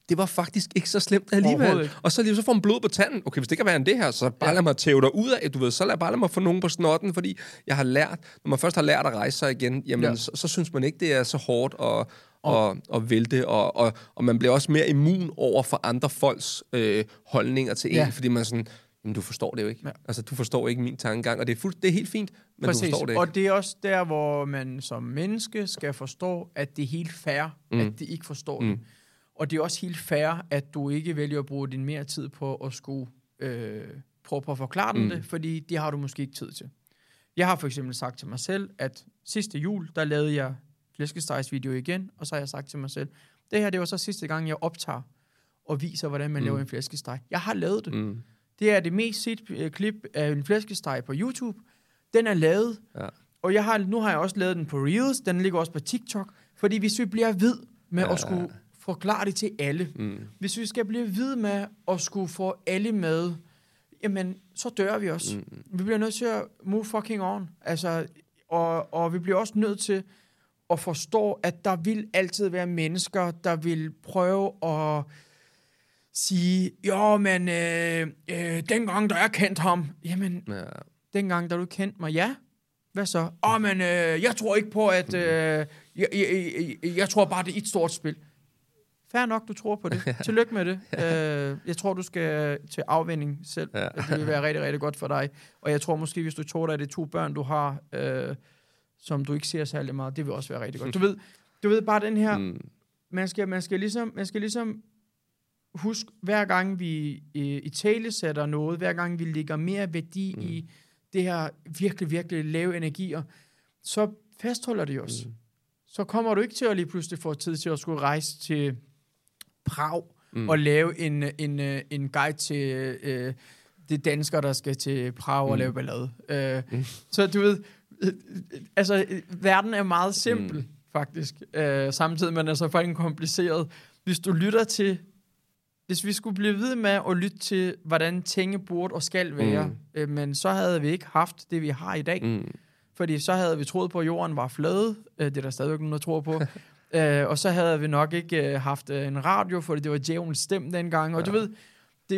Speaker 4: det var faktisk ikke så slemt alligevel. Og så får man blod på tanden. Okay, hvis det kan være en det her, så bare lad mig tæve dig ud af, du ved, så lad mig få nogen på snotten, fordi jeg har lært, når man først har lært at rejse sig igen, jamen, så synes man ikke, det er så hårdt og vælte, og man bliver også mere immun over for andre folks holdninger til en, fordi man sådan, men du forstår det jo ikke. Ja. Altså, du forstår ikke min tankegang, og det er helt fint, men præcis. Du forstår det ikke.
Speaker 5: Og det er også der, hvor man som menneske skal forstå, at det er helt fair, at de ikke forstår det. Og det er også helt fair, at du ikke vælger at bruge din mere tid på at skulle prøve på at forklare dem det, fordi det har du måske ikke tid til. Jeg har for eksempel sagt til mig selv, at sidste jul, der lavede jeg flæskestegsvideo igen, og så har jeg sagt til mig selv, det var så sidste gang, jeg optager og viser, hvordan man laver en flæskesteg. Jeg har lavet det. Det er det mest set klip af en flæskesteg på YouTube. Den er lavet, og nu har jeg også lavet den på Reels, den ligger også på TikTok, fordi hvis vi bliver ved med at skulle forklare det til alle, hvis vi skal blive ved med at skulle få alle med, jamen, så dør vi også. Vi bliver nødt til at move fucking on. Altså, og vi bliver også nødt til at forstå, at der vil altid være mennesker, der vil prøve at sige, jo, men dengang, da jeg kendte ham, jamen, dengang, da du kendte mig, ja, hvad så? Men jeg tror ikke på, at jeg tror bare, det er et stort spil. Fair nok, du tror på det. Tillykke med det. Jeg tror, du skal til afvinding selv. Ja. Det vil være rigtig, rigtig godt for dig. Og jeg tror måske, hvis du tog dig de 2 børn, du har, som du ikke ser særlig meget, det vil også være rigtig godt. Du ved bare den her, man skal ligesom huske, hver gang vi i tale sætter noget, hver gang vi lægger mere værdi i det her virkelig, virkelig lave energier, så fastholder det os. Så kommer du ikke til at lige pludselig få tid til at skulle rejse til Prag og lave en guide til de danskere, der skal til Prag og lave ballade. Så du ved, altså verden er meget simpel, faktisk. Samtidig med den er så fucking kompliceret. Hvis vi skulle blive ved med at lytte til, hvordan tingene burde og skal være, men så havde vi ikke haft det, vi har i dag. Fordi så havde vi troet på, at jorden var flade. Det er der stadigvæk nogen, der tror på. Og så havde vi nok ikke haft en radio, fordi det var djævelens stemme dengang. Og du ved, det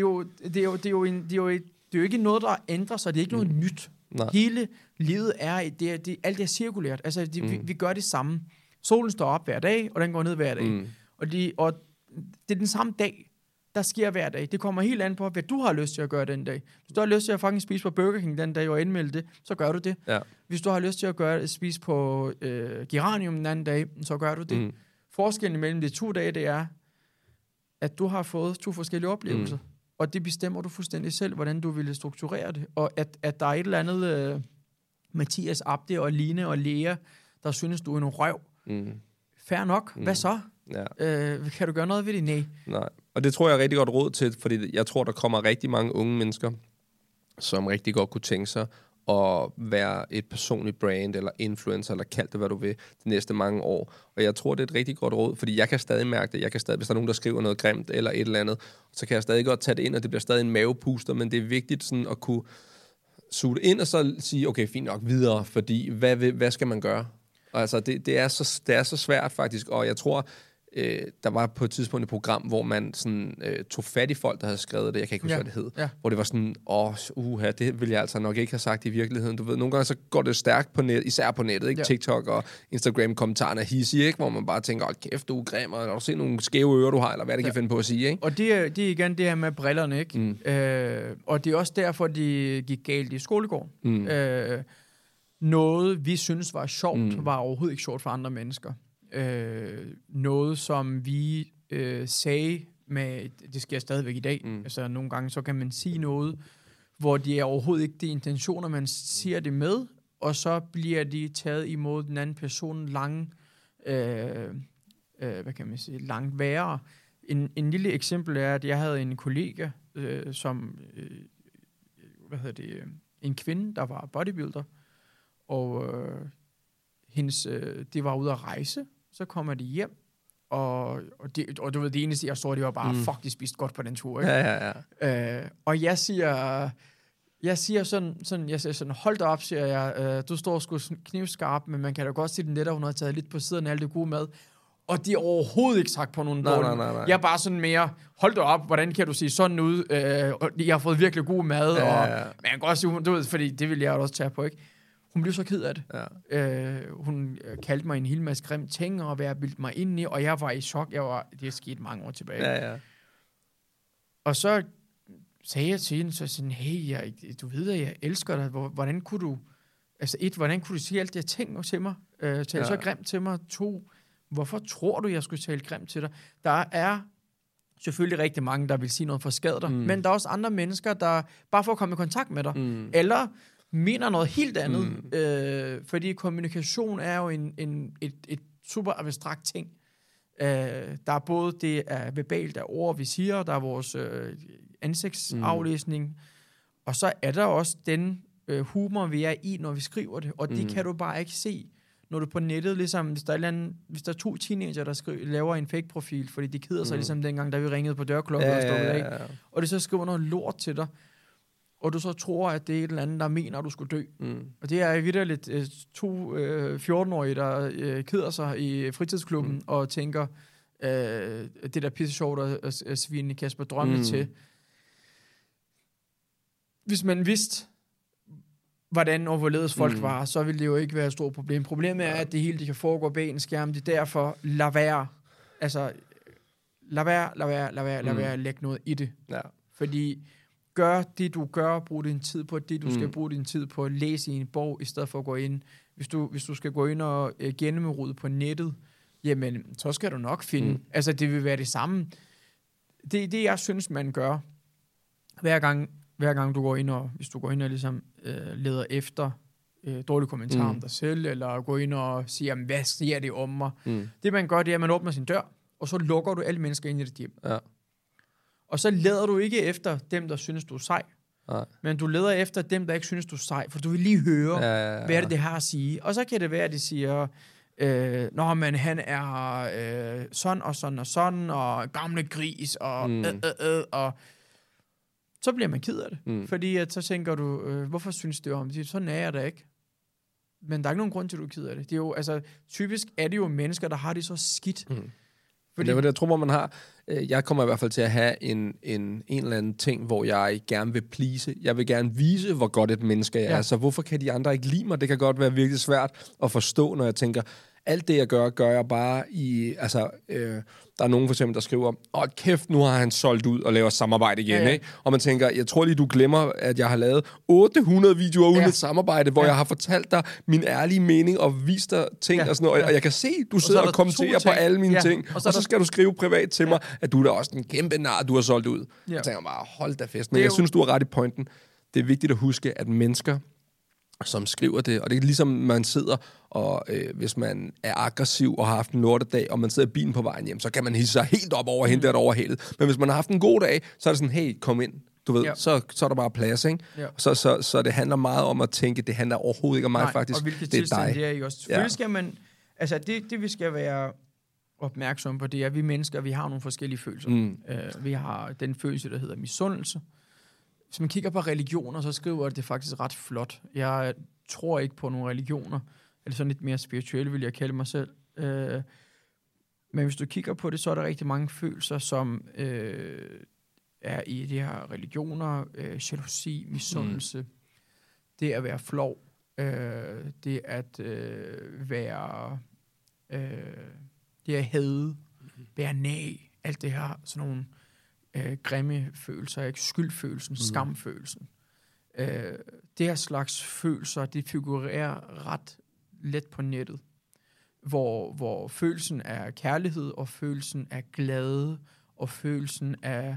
Speaker 5: er jo ikke noget, der ændrer sig. Det er ikke noget nyt. Nej. Hele livet alt det er cirkulært. Altså, vi gør det samme. Solen står op hver dag, og den går ned hver dag. Og det er den samme dag, der sker hver dag. Det kommer helt an på, hvad du har lyst til at gøre den dag. Hvis du har lyst til at faktisk spise på Burger King den dag og indmelde det, så gør du det. Ja. Hvis du har lyst til at spise på Geranium den anden dag, så gør du det. Forskellen mellem de 2 dage, det er, at du har fået 2 forskellige oplevelser. Og det bestemmer du fuldstændig selv, hvordan du ville strukturere det. Og at der er et eller andet Mathias Abde og Line og Lea, der synes, du er en røv. Fair nok. Hvad så? Ja. Kan du gøre noget ved det? Nej.
Speaker 4: Og det tror jeg er rigtig godt råd til, fordi jeg tror, der kommer rigtig mange unge mennesker, som rigtig godt kunne tænke sig at være et personligt brand, eller influencer, eller kald det, hvad du vil, de næste mange år. Og jeg tror, det er et rigtig godt råd, fordi jeg kan stadig mærke det. Hvis der er nogen, der skriver noget grimt, eller et eller andet, så kan jeg stadig godt tage det ind, og det bliver stadig en mavepuster, men det er vigtigt sådan at kunne suge det ind, og så sige, okay, fint nok, videre, fordi hvad skal man gøre? Og altså, det er så svært faktisk, og jeg tror, der var på et tidspunkt et program, hvor man sådan, tog fat i folk, der havde skrevet det, jeg kan ikke huske, hvad det hed, hvor det var sådan, det ville jeg altså nok ikke have sagt i virkeligheden. Du ved, nogle gange så går det stærkt på net, især på nettet, ikke? TikTok og Instagram-kommentarerne er hissige, ikke? Hvor man bare tænker, kæft, du er grim, og du ser nogle skæve ører, du har, eller hvad det kan finde på at sige, ikke?
Speaker 5: Og det er igen det her med brillerne, ikke? Og det er også derfor, de gik galt i skolegården. Noget, vi synes var sjovt, var overhovedet ikke sjovt for andre mennesker. Noget, som vi sagde med, det sker stadigvæk i dag, altså nogle gange, så kan man sige noget, hvor det er overhovedet ikke de intentioner, man siger det med, og så bliver de taget imod den anden person langt værre. En lille eksempel er, at jeg havde en kollega, som, en kvinde, der var bodybuilder, og det var ude at rejse, så kommer de hjem, og du ved, det eneste, jeg står, det var bare, fuck, de spiste godt på den tur, ikke? Ja. Og jeg siger sådan, hold da op, siger jeg, du står sgu knivskarp, men man kan da godt se den netop, hun har taget lidt på siden af alt det gode mad, Og de er overhovedet ikke sagt på nogen dårlig.
Speaker 4: Nej.
Speaker 5: Jeg er bare sådan mere, hold da op, hvordan kan du sige sådan ud? Jeg har fået virkelig god mad.
Speaker 4: Ja.
Speaker 5: Men jeg kan godt sige, du ved, fordi det vil jeg også tage på, ikke? Hun blev så ked af det.
Speaker 4: Ja.
Speaker 5: Hun kaldte mig en hel masse grimme ting, og hvad jeg bildte mig ind i, og jeg var i chok. Det er sket mange år tilbage.
Speaker 4: Ja.
Speaker 5: Og så sagde jeg til hende, så sådan, hey, du ved, at jeg elsker dig. Hvordan kunne du... Altså hvordan kunne du sige alt det her ting til mig? Tale så grimt til mig. 2, hvorfor tror du, jeg skulle tale grimt til dig? Der er selvfølgelig rigtig mange, der vil sige noget for at skade dig, men der er også andre mennesker, der bare for at komme i kontakt med dig, eller mener noget helt andet. Fordi kommunikation er jo et super abstrakt ting. Der er både det er verbalt af ord, vi siger, der er vores ansigtsaflæsning, og så er der også den humor, vi er i, når vi skriver det, og det kan du bare ikke se, når du på nettet, ligesom, hvis der er 2 teenager, der laver en fake-profil, fordi de keder sig, ligesom dengang, da vi ringede på dørklokken og stod af, og det så skriver noget lort til dig, og du så tror, at det er et eller andet, der mener, at du skulle dø. Og det er vitterligt 2 14-årige, der keder sig i fritidsklubben, og tænker, det der pisse sjovt at svine Kasper Drømme til. Hvis man vidste, hvordan og hvorledes folk var, så ville det jo ikke være et stort problem. Problemet er, at det hele det kan foregå bag en skærm. Det er derfor, lad være. Altså, lad være at lægge noget i det. Ja. Fordi gør det, du gør, brug din tid på det, du skal bruge din tid på at læse i en bog, i stedet for at gå ind. Hvis du skal gå ind og gennemrode på nettet, jamen, så skal du nok finde. Altså, det vil være det samme. Det er det, jeg synes, man gør. Hver gang du går ind og, hvis du går ind og ligesom leder efter dårlige kommentarer om dig selv, eller går ind og siger, hvad siger det om mig? Det man gør, det er, at man åbner sin dør, og så lukker du alle mennesker ind i dit hjem. Ja. Og så leder du ikke efter dem, der synes, du er sej, men du leder efter dem, der ikke synes, du er sej, for du vil lige høre, hvad er det har at sige. Og så kan det være, at de siger, nå, men han er sådan og sådan og sådan, og gamle gris, og så bliver man ked af det. Fordi at så tænker du, hvorfor synes du om det? Sådan er jeg da ikke. Men der er ikke nogen grund til, at du er ked af det. Det er jo, altså, typisk er det jo mennesker, der har det så skidt.
Speaker 4: Fordi det er det, jeg tror, hvor man har... Jeg kommer i hvert fald til at have en eller anden ting, hvor jeg gerne vil please. Jeg vil gerne vise, hvor godt et menneske jeg er. Så hvorfor kan de andre ikke lide mig? Det kan godt være virkelig svært at forstå, når jeg tænker... Alt det, jeg gør jeg bare i... Altså, der er nogen for eksempel, der skriver, kæft, nu har han solgt ud og laver samarbejde igen, ikke? Og man tænker, jeg tror lige, du glemmer, at jeg har lavet 800 videoer uden et samarbejde, hvor jeg har fortalt dig min ærlige mening og vist dig ting og sådan noget. Og jeg kan se, du sidder og kommenterer på alle mine ting. Og så skal du skrive privat til mig, at du er da også en kæmpe nar, du har solgt ud. Jeg tænker bare, hold da fest. Men jeg synes, du har ret i pointen. Det er vigtigt at huske, at mennesker, som skriver det, og det er ligesom, man sidder, og hvis man er aggressiv og har haft en lortedag, og man sidder i bilen på vejen hjem, så kan man hisse sig helt op over hende der overhældet. Men hvis man har haft en god dag, så er det sådan, hey, kom ind, du ved, så er der bare plads, ikke? Ja. Så det handler meget om at tænke, det handler overhovedet ikke om mig, faktisk.
Speaker 5: Og hvilket tilstand det er jo også. Selvfølgelig skal man, altså det vi skal være opmærksom på, det er, at vi mennesker, vi har nogle forskellige følelser. Vi har den følelse, der hedder misundelse. Hvis man kigger på religioner, så skriver det faktisk ret flot. Jeg tror ikke på nogle religioner, eller sådan lidt mere spirituelle, vil jeg kalde mig selv. Men hvis du kigger på det, så er der rigtig mange følelser, som er i de her religioner. Jalousi, misundelse, det at være flov, det at være, det at hade, være nag, alt det her, sådan nogle grimme følelser, ikke? Skyldfølelsen, skamfølelsen. Det her slags følelser, det figurerer ret let på nettet, hvor følelsen af kærlighed, og følelsen af glæde, og følelsen af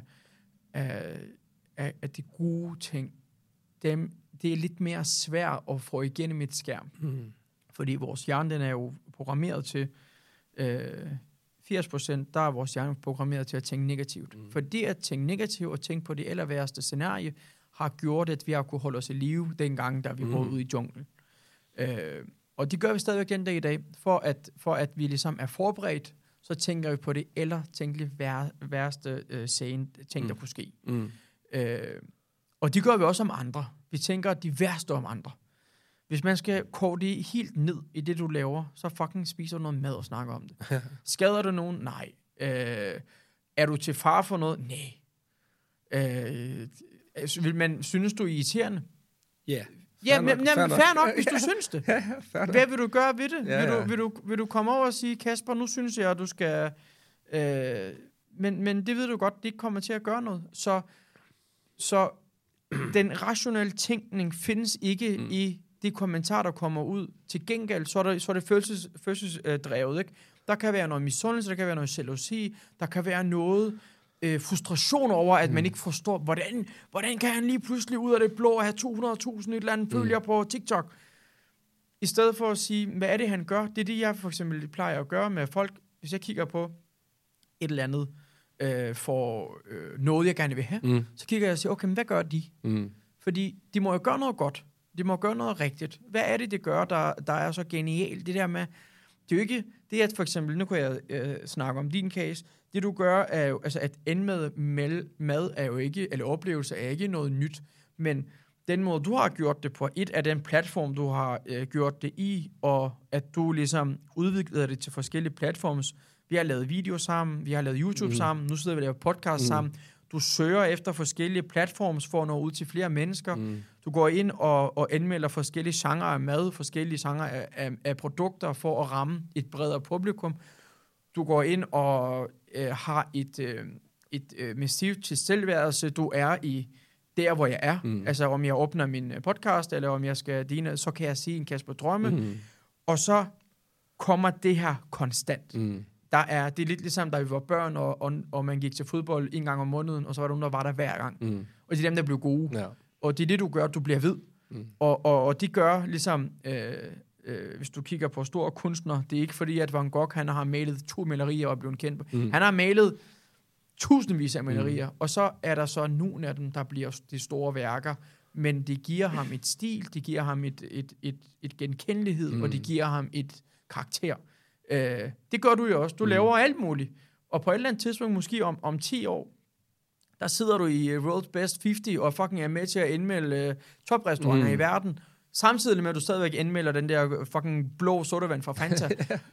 Speaker 5: de gode ting, det er lidt mere svært at få igennem et skærm. Fordi vores hjerne, den er jo programmeret til 80%, der er vores hjerne programmeret til at tænke negativt. Fordi at tænke negativt og tænke på det aller værste scenarie, har gjort, at vi har kunne holde os i live dengang, da vi var ude i junglen. Og det gør vi stadigvæk den dag i dag. For at vi ligesom er forberedt, så tænker vi på det eller tænkeligt værste ting, der kunne ske. Og det gør vi også om andre. Vi tænker de værste om andre. hvis man skal koge det helt ned i det, du laver, så fucking spiser du noget mad og snakker om det. Skader du nogen? Nej. Er du til far for noget? Nej. Synes du irriterende?
Speaker 4: Yeah.
Speaker 5: Ja, fair nok, hvis du synes det. Hvad vil du gøre ved det?
Speaker 4: Ja.
Speaker 5: Vil du komme over og sige, Kasper, nu synes jeg, at du skal... Men det ved du godt, det ikke kommer til at gøre noget. Så den rationelle tænkning findes ikke i de kommentarer, der kommer ud. Til gengæld, så er det følelsesdrevet, ikke? Der kan være noget misundelse, der kan være noget jalousi, der kan være noget frustration over, at man ikke forstår, hvordan kan han lige pludselig ud af det blå have 200.000 et eller andet følger på TikTok. I stedet for at sige, hvad er det, han gør? Det er det, jeg for eksempel plejer at gøre med folk. Hvis jeg kigger på et eller andet for noget, jeg gerne vil have, så kigger jeg og siger, okay, men hvad gør de? Fordi de må jo gøre noget godt. De må gøre noget rigtigt. Hvad er det gør, der er så genialt? Det der med, det er jo ikke, det at for eksempel, nu kan jeg snakke om din case, det du gør er jo, altså at ende med mad er jo ikke, eller oplevelse er ikke noget nyt, men den måde, du har gjort det på, et af den platform, du har gjort det i, og at du ligesom udviklede det til forskellige platforms. Vi har lavet videoer sammen, vi har lavet YouTube sammen, nu sidder vi og laver podcast sammen. Du søger efter forskellige platforms for at nå ud til flere mennesker. Du går ind og anmelder forskellige genrer af mad, forskellige genrer af produkter for at ramme et bredere publikum. Du går ind og har et massivt tilstedeværelse. Du er i der, hvor jeg er. Altså, om jeg åbner min podcast, eller om jeg skal dine, så kan jeg sige en Kasper Drømme. Og så kommer det her konstant. Det er lidt ligesom, da vi var børn, og man gik til fodbold en gang om måneden, og så var der nogen, der var der hver gang. Og det er dem, der blev gode. Ja. Og det er det, du gør, du bliver ved. Og de gør ligesom, hvis du kigger på store kunstnere, det er ikke fordi, at Van Gogh, han har malet 2 malerier og er blevet kendt. Han har malet tusindvis af malerier, og så er der så nogle af dem, der bliver de store værker, men det giver ham et stil, det giver ham et genkendelighed, og det giver ham et karakter. Det gør du jo også. Du laver alt muligt. Og på et eller andet tidspunkt, måske om 10 år, der sidder du i World's Best 50 og fucking er med til at indmelde toprestauranter i verden, samtidig med, at du stadigvæk indmelder den der fucking blå sodavand fra Fanta.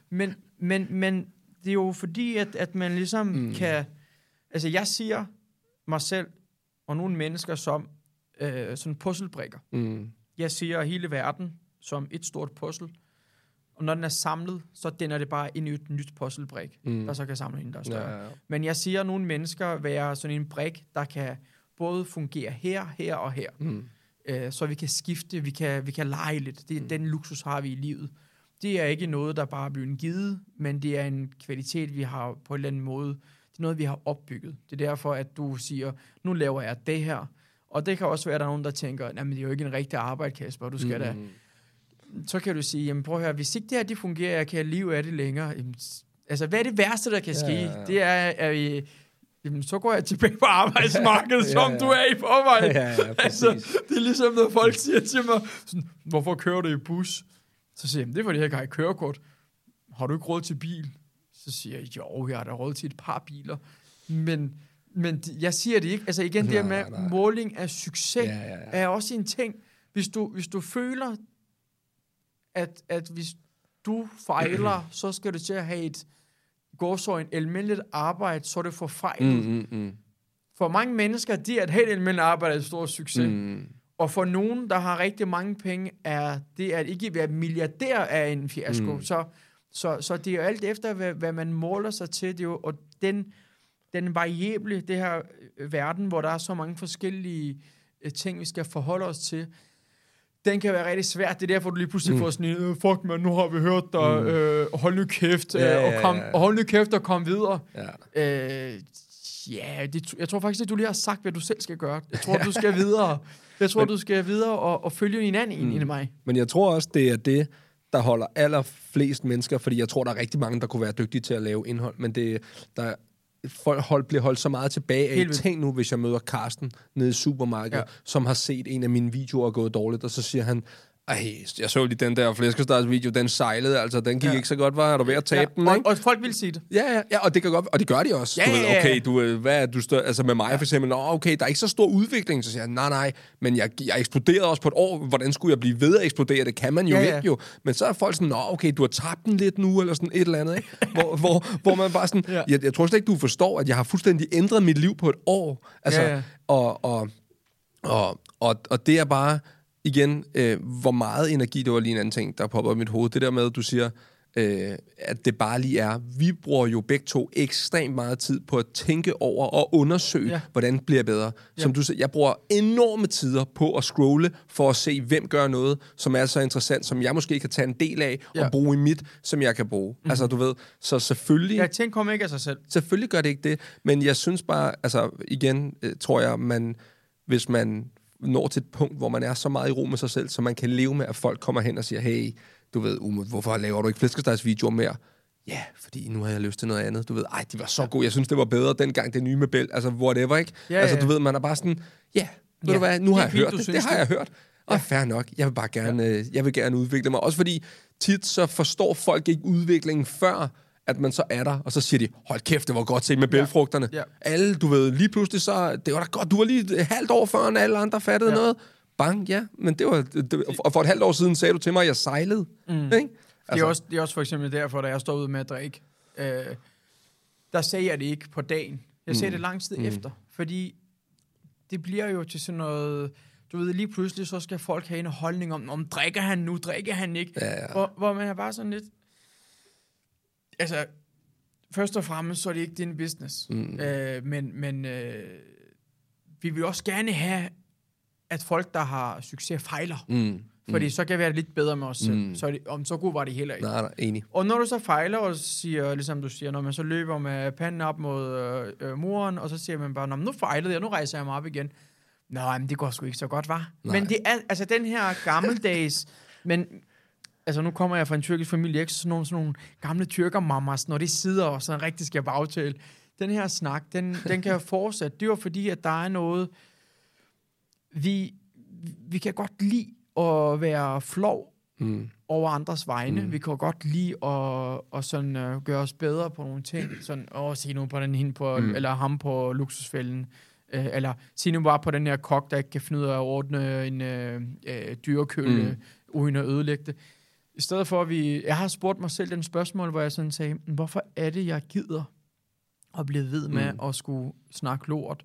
Speaker 5: men det er jo fordi, at man ligesom kan... Altså, jeg siger mig selv og nogle mennesker som sådan puzzlebrikker. Jeg siger hele verden som et stort puzzle. Og når den er samlet, så danner det bare ind i et nyt puzzlebrik, der så kan samle en, der er større. Ja. Men jeg siger, at nogle mennesker være sådan en brik, der kan både fungere her og her. Så vi kan skifte, vi kan lege lidt. Den luksus har vi i livet. Det er ikke noget, der bare er blevet givet, men det er en kvalitet, vi har på en eller anden måde. Det er noget, vi har opbygget. Det er derfor, at du siger, nu laver jeg det her. Og det kan også være, at der er nogen, der tænker, nej, men det er jo ikke en rigtig arbejde, Kasper, du skal da... Så kan du sige, jamen prøv at høre, hvis ikke det her, det fungerer, jeg kan leve af det længere. Jamen, altså, hvad er det værste, der kan ske? Ja. Det er jamen, så går jeg tilbage på arbejdsmarkedet, som du er i forvejen. Altså, det er ligesom, når folk siger til mig, sådan, hvorfor kører du i bus? Så siger jeg, det er fordi, jeg ikke har et kørekort. Har du ikke råd til bil? Så siger jeg, jo, jeg har da råd til et par biler. Men jeg siger det ikke. Altså igen, det med måling af succes er også en ting. Hvis du føler, at hvis du fejler, så skal du til at have et gåsøjne almindeligt arbejde, så er det forfejlet. For mange mennesker, det at have et almindeligt arbejde er et stort succes. Og for nogen, der har rigtig mange penge, er det at ikke være milliardær er en fiasko. Så det er jo alt efter, hvad man måler sig til. Det er jo, og den variable, det her verden, hvor der er så mange forskellige ting, vi skal forholde os til, den kan være rigtig svært. Det er derfor, du lige pludselig får sådan en, fuck man, nu har vi hørt dig, hold nu kæft, og hold nu kæft og kom videre. Jeg tror faktisk, at du lige har sagt, hvad du selv skal gøre. Jeg tror, du skal videre. Du skal videre og følge hinanden end mig.
Speaker 4: Men jeg tror også, det er det, der holder allerflest mennesker, fordi jeg tror, der er rigtig mange, der kunne være dygtige til at lave indhold, men folk bliver holdt så meget tilbage af. Tænk nu, hvis jeg møder Karsten nede i supermarkedet, som har set en af mine videoer gået dårligt, og så siger han, Jeg så lige den der flæskestegsvideo, den sejlede, altså den gik ikke så godt, var du ved at tabe den, ikke?
Speaker 5: Og folk vil sige det.
Speaker 4: Ja, og det kan godt, og det gør de også.
Speaker 5: Ja,
Speaker 4: du ved, okay, hvad er du altså med mig for eksempel, okay, der er ikke så stor udvikling, så siger jeg, nej, men jeg eksploderede også på et år, hvordan skulle jeg blive ved at eksplodere? Det kan man jo ikke jo. Men så er folk sådan, okay, du har tabt den lidt nu, eller sådan et eller andet, ikke? hvor man bare sådan, jeg tror slet ikke, du forstår, at jeg har fuldstændig ændret mit liv på et år. Altså, og det er bare igen, hvor meget energi, det var lige en anden ting, der popper op i mit hoved. Det der med, at du siger, at det bare lige er, vi bruger jo begge to ekstremt meget tid på at tænke over og undersøge, hvordan det bliver bedre. Som du siger, jeg bruger enorme tider på at scrolle, for at se, hvem gør noget, som er så interessant, som jeg måske kan tage en del af, og bruge i mit, som jeg kan bruge. Altså, du ved, så selvfølgelig...
Speaker 5: Ja, ting kommer ikke af sig selv.
Speaker 4: Selvfølgelig gør det ikke det, men jeg synes bare, altså, igen, tror jeg, hvis man når til et punkt, hvor man er så meget i ro med sig selv, så man kan leve med, at folk kommer hen og siger, hey, du ved, Umut, hvorfor laver du ikke flæskestegsvideoer mere? Ja, fordi nu har jeg lyst til noget andet. Du ved, de var så gode. Jeg synes, det var bedre dengang, det nye med Bell. Altså, whatever, ikke? Altså, du ved, man er bare sådan, ved du hvad, nu har jeg hørt det. Det har jeg hørt. Og fair nok. Jeg vil bare gerne, jeg vil gerne udvikle mig. Også fordi tit så forstår folk ikke udviklingen før, at man så er der, og så siger de, hold kæft, det var godt set med bælfrugterne. Ja. Alle, du ved, lige pludselig så, det var da godt, du var lige et halvt år før, end alle andre fattede noget. Bang, men det var, og for et halvt år siden sagde du til mig, at jeg sejlede. Ikke? Altså.
Speaker 5: Det er også for eksempel derfor, da jeg stod ude med at drikke, der sagde jeg det ikke på dagen. Jeg sagde det lang tid efter, fordi det bliver jo til sådan noget, du ved, lige pludselig så skal folk have en holdning om drikker han nu, drikker han ikke, hvor man er bare sådan lidt, altså, først og fremmest, så er det ikke din business. Men vi vil også gerne have, at folk, der har succes, fejler. Fordi så kan vi være lidt bedre med os selv. Så god var det heller ikke.
Speaker 4: Nej, enig.
Speaker 5: Og når du så fejler, og siger, ligesom du siger, når man så løber med panden op mod muren, og så siger man bare, nu fejlede jeg, nu rejser jeg mig op igen. Nå, men det går sgu ikke så godt, var. Men det er, altså den her gammeldags, men... Altså, nu kommer jeg fra en tyrkisk familie, ikke? Sådan nogle gamle tyrkermammas, når de sidder og sådan rigtig skal bagtale. Den her snak, den kan jo fortsætte. Det er jo fordi, at der er noget... Vi kan godt lide at være flov over andres vegne. Vi kan godt lide at sådan, gøre os bedre på nogle ting. Sådan, se nu på den hende på, eller ham på luksusfælden. Eller se nu bare på den her kok, der ikke kan finde ud af at ordne en dyrekølle, uden at ødelægge det. I stedet for, jeg har spurgt mig selv den spørgsmål, hvor jeg sådan sagde, hvorfor er det, jeg gider at blive ved med at skulle snakke lort?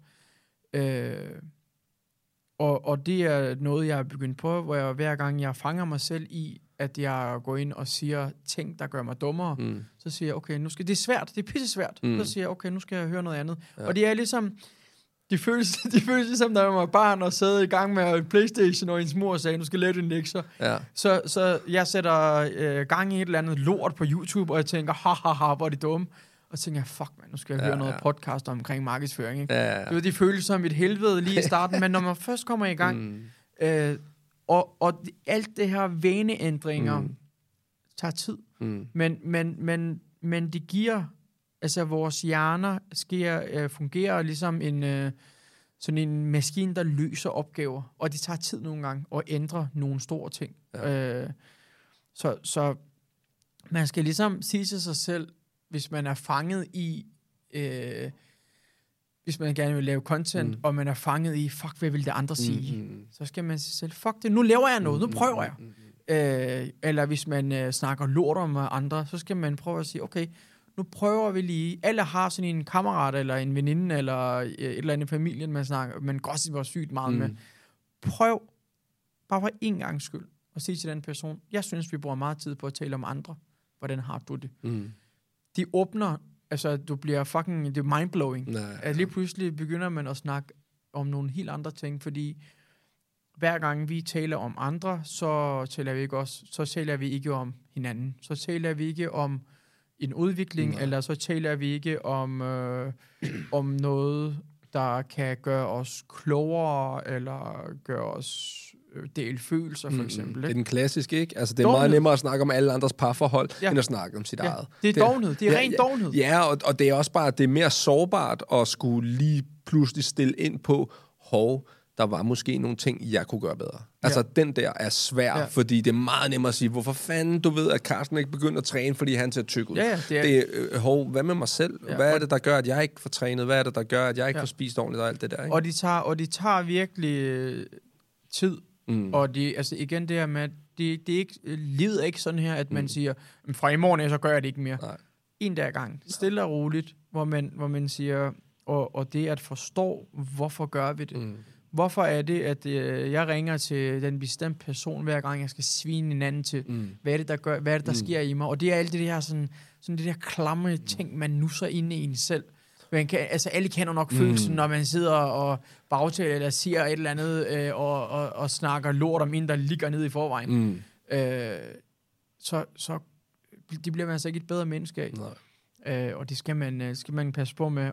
Speaker 5: Og det er noget, jeg har begyndt på, hvor jeg hver gang jeg fanger mig selv i, at jeg går ind og siger ting, der gør mig dummere, så siger jeg, okay, det er svært, det er pisse svært. Så siger jeg, okay, nu skal jeg høre noget andet. Ja. Og det er ligesom... Det føles ligesom, da jeg var barn og sad i gang med PlayStation, og ens mor sagde, nu skal lave dine lektier. Ja. Så jeg sætter gang i et eller andet lort på YouTube, og jeg tænker, haha, hvor er det dumme. Og så tænker jeg, fuck man, nu skal jeg høre noget podcast omkring markedsføring. Ikke? Ja. Det føles som et helvede lige i starten, men når man først kommer i gang, og alt det her vaneændringer tager tid. Men det giver... Altså, vores hjerner fungerer ligesom sådan en maskine, der løser opgaver. Og det tager tid nogle gange at ændre nogle store ting. Ja. Så man skal ligesom sige til sig selv, hvis man er fanget i... hvis man gerne vil lave content, og man er fanget i, fuck, hvad vil det andre sige? Så skal man sige selv, fuck det, nu laver jeg noget, nu prøver jeg. Eller hvis man snakker lort om andre, så skal man prøve at sige, okay, nu prøver vi lige. Alle har sådan en kammerat, eller en veninde, eller et eller andet i familien, man gossiper sygt meget med. Prøv, bare for en gang skyld, at sige til den person, jeg synes, vi bruger meget tid på at tale om andre. Hvordan har du det? De åbner, altså du bliver fucking, det er mindblowing. At lige pludselig begynder man at snakke om nogle helt andre ting, fordi hver gang vi taler om andre, så taler vi ikke om hinanden. Så taler vi ikke om en udvikling, eller så taler vi ikke om noget, der kan gøre os klogere, eller gøre os dele følelser, for eksempel.
Speaker 4: Det er den klassiske, ikke? Altså, det er meget nemmere at snakke om alle andres parforhold, end at snakke om sit eget.
Speaker 5: Det er dovenhed. Det er ren dovenhed.
Speaker 4: Ja, og det er også bare, det er mere sårbart at skulle lige pludselig stille ind på, der var måske nogle ting, jeg kunne gøre bedre. Altså, den der er svær, fordi det er meget nemmere at sige, hvorfor fanden, du ved, at Carsten ikke begynder at træne, fordi han ser tyk ud. Det er hvad med mig selv? Ja. Hvad er det, der gør, at jeg ikke får trænet? Hvad er det, der gør, at jeg ikke får spist ordentligt og alt det der? Ikke?
Speaker 5: Og de tager virkelig tid. Og altså igen det her med, at det er ikke, livet er ikke sådan her, at man siger, fra i morgen så gør jeg det ikke mere. Nej. En dag gang, stille og roligt, hvor man siger, og det at forstå, hvorfor gør vi det? Hvorfor er det, at jeg ringer til den bestemte person, hver gang jeg skal svine en anden til? Hvad er det, der gør? Hvad er det, der sker i mig? Og det er alt det her, sådan det der klamme ting, man nusser inde i en selv. Altså, alle kender nok følelsen, når man sidder og bagtaler eller siger et eller andet, og snakker lort om en, der ligger nede i forvejen. Så det bliver man altså ikke et bedre menneske af. Og det skal man passe på med.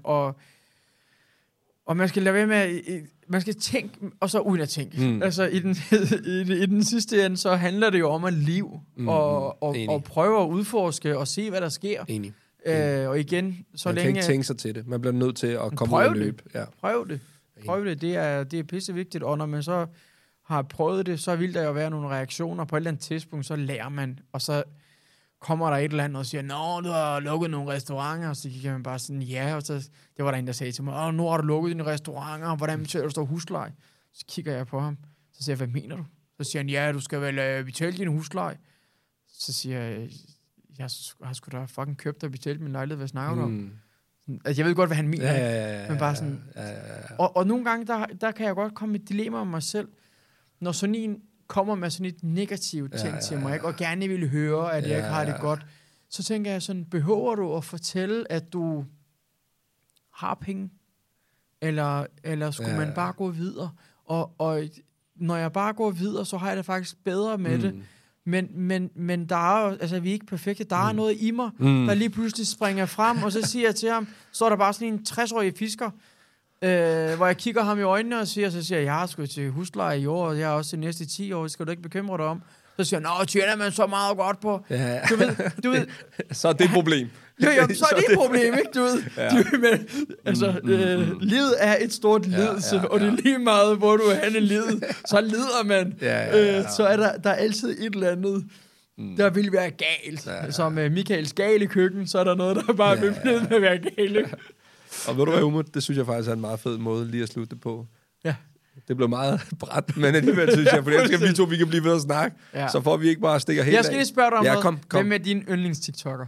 Speaker 5: Og man skal lade være med, man skal tænke, og så uden at tænke. Altså, i den sidste ende, så handler det jo om at leve, og prøve at udforske, og se, hvad der sker.
Speaker 4: Enig.
Speaker 5: Og igen, så
Speaker 4: man
Speaker 5: længe...
Speaker 4: Man kan ikke tænke sig til det. Man bliver nødt til at komme ud og løbe. Ja.
Speaker 5: Prøv det. Det er pisse vigtigt. Og når man så har prøvet det, så vil der jo være nogle reaktioner. På et eller andet tidspunkt, så lærer man. Og så kommer der et eller andet og siger, nå, du har lukket nogle restauranter. Og så kigger man bare sådan, ja. Og så, det var der en, der sagde til mig, nu har du lukket dine restauranter. Hvordan betaler du står husleje? Så kigger jeg på ham. Så siger jeg, hvad mener du? Så siger han, ja, du skal vel betale din husleje. Så siger jeg har sgu da fucking købt og betalt min lejlighed, hvad snakker du om? Altså, jeg ved godt, hvad han mener. Men bare sådan... Og nogle gange, der kan jeg godt komme med et dilemma om mig selv, når sådan en kommer med sådan et negativt ting til mig, ikke? Og gerne vil høre, at jeg ikke har det godt, så tænker jeg sådan, behøver du at fortælle, at du har penge? Eller skulle man bare gå videre? Og når jeg bare går videre, så har jeg det faktisk bedre med det. Men der er jo, altså vi er ikke perfekte, der er noget i mig, der lige pludselig springer frem, og så siger jeg til ham, så er der bare sådan en 60-årig fisker, hvor jeg kigger ham i øjnene og siger, jeg har sgu til husleje i år, og jeg har også de næste 10 år, det skal du ikke bekymre dig om. Så siger han, tjener man så meget godt på. Ja. Du ved.
Speaker 4: Så er det et problem.
Speaker 5: Jo, så er det et problem, ikke? Du ved. Livet er et stort lidelse, og det er lige meget, hvor du er henne i livet. Så lider man. Så er der er altid et eller andet, der vil være galt. Som Michaels gale køkken, så er der noget, der bare vil blive med at være galt.
Speaker 4: Og ved du hvad, Umut? Det synes jeg faktisk er en meget fed måde lige at slutte det på. Ja. Det blev meget bræt, men alligevel synes jeg, for det skal vi to, vi kan blive ved at snakke. Ja. Så får vi ikke bare stikker helt af.
Speaker 5: Jeg skal lige spørge dig om noget. Kom. Hvem er din yndlings-tiktoker?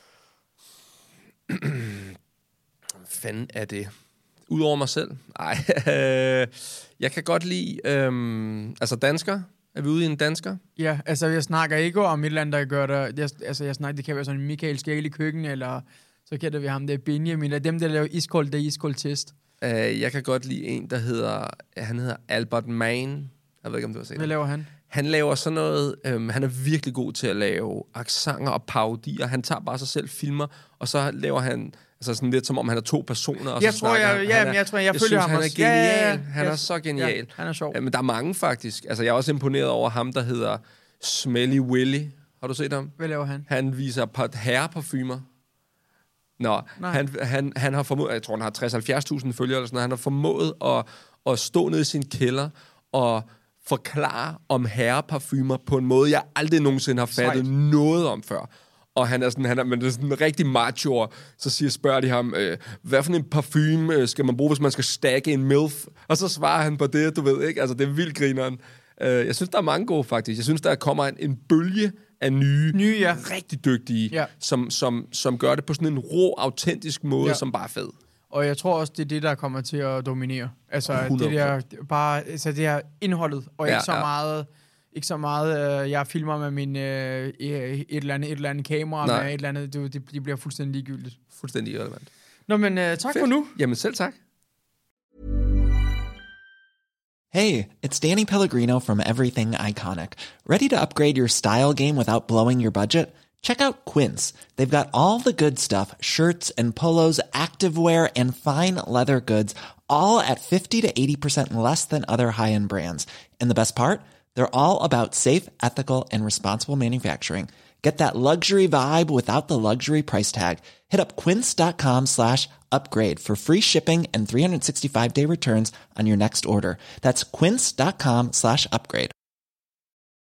Speaker 4: Hvad fanden er det? Udover mig selv? Nej. Jeg kan godt lide... altså dansker. Er vi ude i en dansker?
Speaker 5: Ja, altså jeg snakker ikke om et eller andet, der gør det... Jeg snakker, det kan være sådan en Michael Skale i køkken, eller så kender vi ham der Benjamin, eller dem, der laver iskold test.
Speaker 4: Jeg kan godt lide en, der hedder Albert Mann. Jeg ved ikke, om du har set det.
Speaker 5: Hvad laver han?
Speaker 4: Han laver sådan noget... han er virkelig god til at lave accenter og parodier. Han tager bare sig selv filmer, og så laver han... Altså sådan lidt som om han er 2 personer. Og
Speaker 5: jeg
Speaker 4: så
Speaker 5: tror, jeg følger ham
Speaker 4: han
Speaker 5: også.
Speaker 4: Er genial. Han er så genial.
Speaker 5: Ja, han er sjov.
Speaker 4: Men der er mange faktisk. Altså jeg er også imponeret over ham, der hedder Smelly Willy. Har du set ham?
Speaker 5: Hvad laver han?
Speaker 4: Han viser herreparfumer. Nå, han har formået, jeg tror, han har 60-70.000 følgere, eller sådan noget. Han har formået at stå nede i sin kælder og forklare om herreparfumer på en måde, jeg aldrig nogensinde har fattet noget om før. Og han er sådan en rigtig macho, så spørger de ham, hvad for en parfume skal man bruge, hvis man skal stacke en MILF? Og så svarer han på det, du ved ikke, altså det er vildt grineren. Jeg synes, der er mange gode faktisk. Jeg synes, der kommer en bølge af nye rigtig dygtige, som gør det på sådan en rå, autentisk måde, som bare er fed.
Speaker 5: Og jeg tror også, det er det, der kommer til at dominere. Altså 100%. Det der bare, altså det her indholdet, og ikke så meget, jeg filmer med min et eller andet kamera, med et eller andet, det bliver fuldstændig ligegyldigt.
Speaker 4: Fuldstændig irrelevant.
Speaker 5: Nå, men tak for nu.
Speaker 4: Jamen selv tak.
Speaker 6: Hey, it's Danny Pellegrino from Everything Iconic. Ready to upgrade your style game without blowing your budget? Check out Quince. They've got all the good stuff, shirts and polos, activewear, and fine leather goods, all at 50 to 80% less than other high-end brands. And the best part? They're all about safe, ethical, and responsible manufacturing. Get that luxury vibe without the luxury price tag. Hit up quince.com/upgrade for free shipping and 365-day returns on your next order. That's quince.com/upgrade.